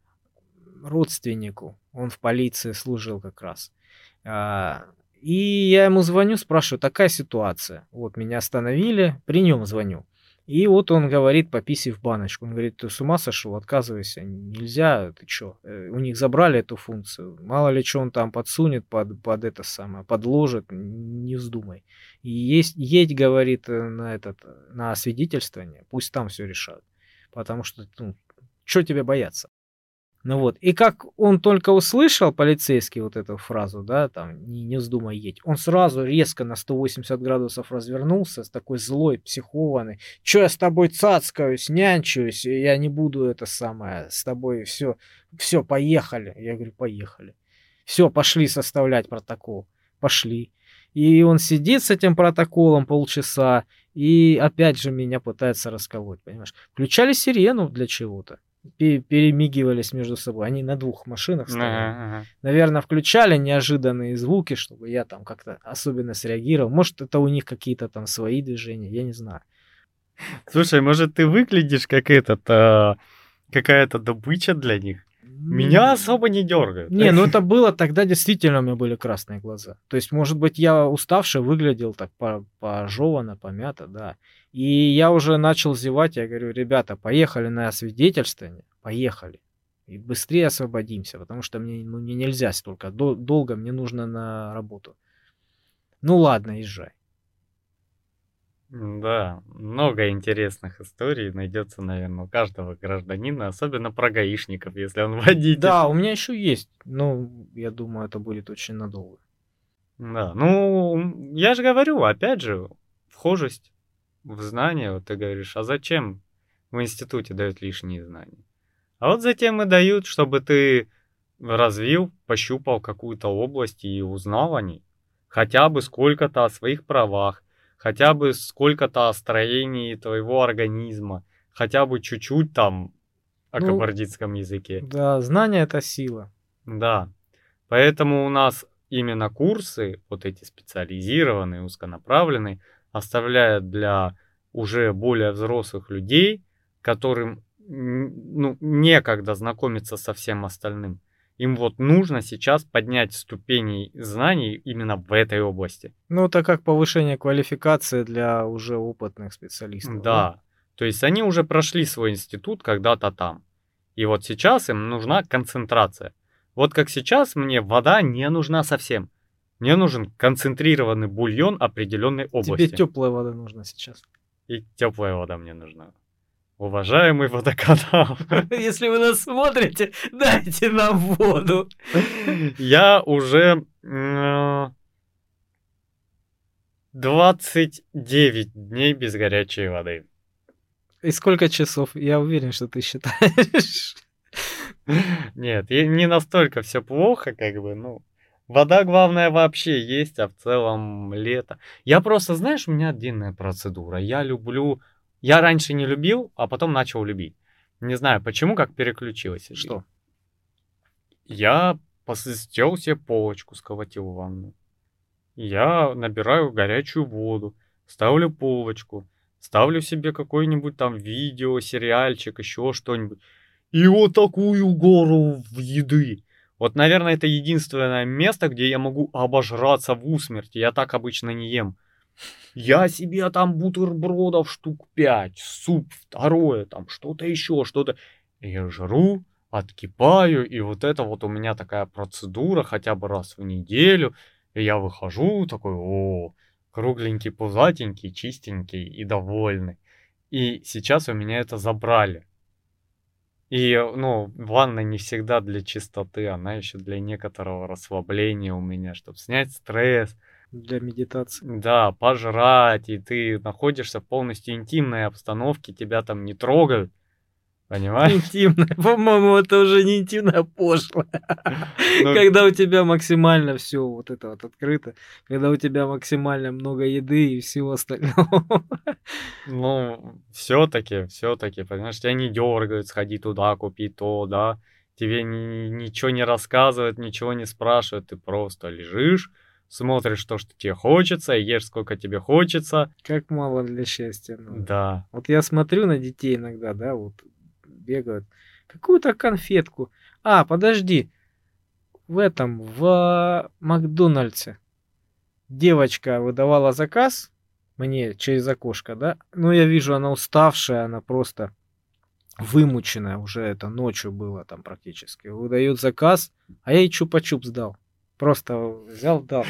родственнику. Он в полиции служил как раз. А, и я ему звоню, спрашиваю, такая ситуация. Вот меня остановили, при нем звоню. И вот он говорит, пописи в баночку. Он говорит, ты с ума сошел, отказывайся, нельзя, ты что? У них забрали эту функцию. Мало ли что он там подсунет под, под это самое, подложит, не вздумай. И есть, едь, говорит, на, этот, на освидетельствование, пусть там все решают. Потому что, ну, что тебе бояться? Ну вот, и как он только услышал, полицейский, вот эту фразу, да, там, не, не вздумай едь, он сразу резко на сто восемьдесят градусов развернулся, с такой злой, психованный, что я с тобой цацкаюсь, нянчусь, я не буду это самое, с тобой, все, все, поехали. Я говорю, поехали. Все, пошли составлять протокол, пошли. И он сидит с этим протоколом полчаса, и опять же меня пытается расколоть, понимаешь. Включали сирену для чего-то. Перемигивались между собой. Они на двух машинах стояли. Ага, ага. Наверное, включали неожиданные звуки, чтобы я там как-то особенно среагировал. Может, это у них какие-то там свои движения, я не знаю. Слушай, может, ты выглядишь как этот, а, какая-то добыча для них? Меня особо не дергают. Не, ну это было, тогда действительно у меня были красные глаза. То есть, может быть, я уставший выглядел так пожеванно, помято, да. И я уже начал зевать, я говорю, ребята, поехали на освидетельствование, поехали. И быстрее освободимся, потому что мне, ну, мне нельзя столько дол- долго, мне нужно на работу. Ну ладно, езжай. Да, много интересных историй найдется, наверное, у каждого гражданина, особенно про гаишников, если он водитель. Да, у меня еще есть, но я думаю, это будет очень надолго. Да, ну, я же говорю, опять же, вхожесть в знания, вот ты говоришь, а зачем в институте дают лишние знания? А вот затем и дают, чтобы ты развил, пощупал какую-то область и узнал о ней. Хотя бы сколько-то о своих правах, хотя бы сколько-то о строении твоего организма, хотя бы чуть-чуть там о ну, кабардинском языке. Да, знание — это сила. Да, поэтому у нас именно курсы, вот эти специализированные, узконаправленные, оставляют для уже более взрослых людей, которым ну, некогда знакомиться со всем остальным. Им вот нужно сейчас поднять ступени знаний именно в этой области. Ну, это как повышение квалификации для уже опытных специалистов. Да, да? То есть они уже прошли свой институт когда-то там. И вот сейчас им нужна концентрация. Вот как сейчас мне вода не нужна совсем. Мне нужен концентрированный бульон определенной области. Тебе теплая вода нужна сейчас. И теплая вода мне нужна. Уважаемый водоканал. Если вы нас смотрите, дайте нам воду. Я уже двадцать девять дней без горячей воды. И сколько часов? Я уверен, что ты считаешь. Нет, не настолько все плохо, как бы, ну. Вода, главное, вообще есть, а в целом лето. Я просто, знаешь, у меня длинная процедура. Я люблю... Я раньше не любил, а потом начал любить. Не знаю, почему, как переключилось. Что? Я сделал себе полочку, сколотил в ванну. Я набираю горячую воду, ставлю полочку, ставлю себе какое-нибудь там видео, сериальчик, еще что-нибудь. И вот такую гору еды. Вот, наверное, это единственное место, где я могу обожраться в усмерть. Я так обычно не ем. Я себе там бутербродов штук пять, суп второе, там что-то еще, что-то. Я жру, откипаю, и вот это вот у меня такая процедура хотя бы раз в неделю. И я выхожу такой, о, кругленький, пузатенький, чистенький и довольный. И сейчас у меня это забрали. И, ну, ванна не всегда для чистоты, она еще для некоторого расслабления у меня, чтобы снять стресс. Для медитации. Да, пожрать, и ты находишься в полностью интимной обстановке, тебя там не трогают, понимаешь? Интимная, по-моему, это уже не интимно, а пошло. Но... Когда у тебя максимально все вот это вот открыто, когда у тебя максимально много еды и всего остального. Ну, все-таки, все-таки, понимаешь, тебя не дергают, сходи туда, купи то, да, тебе ни, ничего не рассказывают, ничего не спрашивают, ты просто лежишь, смотришь то, что тебе хочется, ешь сколько тебе хочется. Как мало для счастья. Ну. Да. Вот я смотрю на детей иногда, да, вот бегают. Какую-то конфетку. А, подожди. В этом, в Макдональдсе девочка выдавала заказ мне через окошко, да. Ну, я вижу, она уставшая, она просто вымученная. Уже это ночью было там практически. Выдает заказ, а я ей чупа-чупс дал. Просто взял, дал.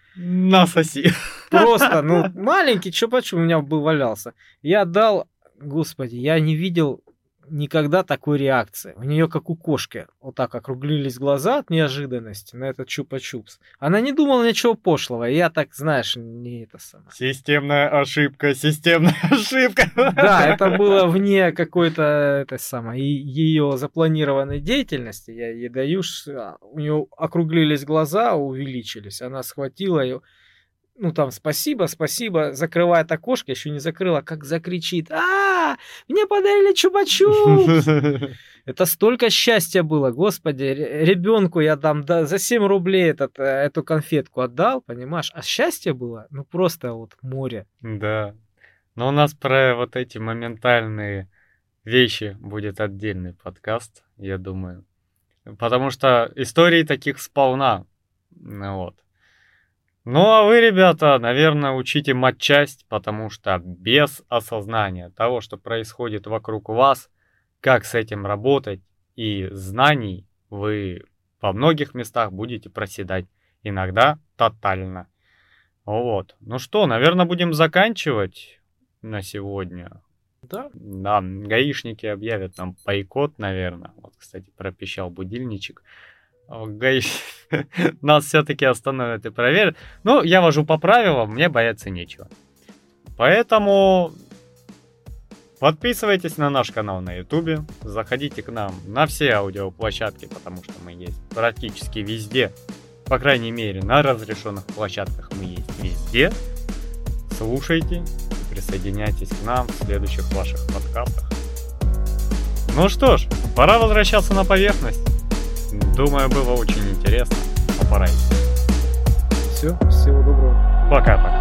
Насоси. Просто, ну, маленький чупа-чуп у меня был, валялся. Я дал, господи, я не видел никогда такой реакции. У нее, как у кошки, вот так округлились глаза от неожиданности на этот чупа-чупс. Она не думала ничего пошлого. Я так, знаешь, не это самое. Системная ошибка, системная ошибка. Да, это было вне какой-то это самое, ее запланированной деятельности. Я ей даю, у нее округлились глаза, увеличились. Она схватила ее. Ну, там, спасибо, спасибо, закрывает окошко, еще не закрыла, как закричит: а мне подарили чупа-чупс! Это столько счастья было, господи, ребенку я там да, за семь рублей этот, эту конфетку отдал, понимаешь, а счастье было, ну, просто вот море. Да, но у нас про вот эти моментальные вещи будет отдельный подкаст, я думаю, потому что историй таких сполна, вот. Ну, а вы, ребята, наверное, учите матчасть, потому что без осознания того, что происходит вокруг вас, как с этим работать, и знаний, вы во многих местах будете проседать. Иногда тотально. Вот. Ну что, наверное, будем заканчивать на сегодня. Да? Да, гаишники объявят нам бойкот, наверное. Вот, кстати, пропищал будильничек. Нас все-таки остановят и проверят. Ну, я вожу по правилам, мне бояться нечего. Поэтому подписывайтесь на наш канал на ютубе. Заходите к нам на все аудиоплощадки, потому что мы есть практически везде. По крайней мере, на разрешенных площадках мы есть везде. Слушайте и присоединяйтесь к нам в следующих ваших подкастах. Ну что ж, пора возвращаться на поверхность. Думаю, было очень интересно. Но пора идти. Все, всего доброго. Пока-пока.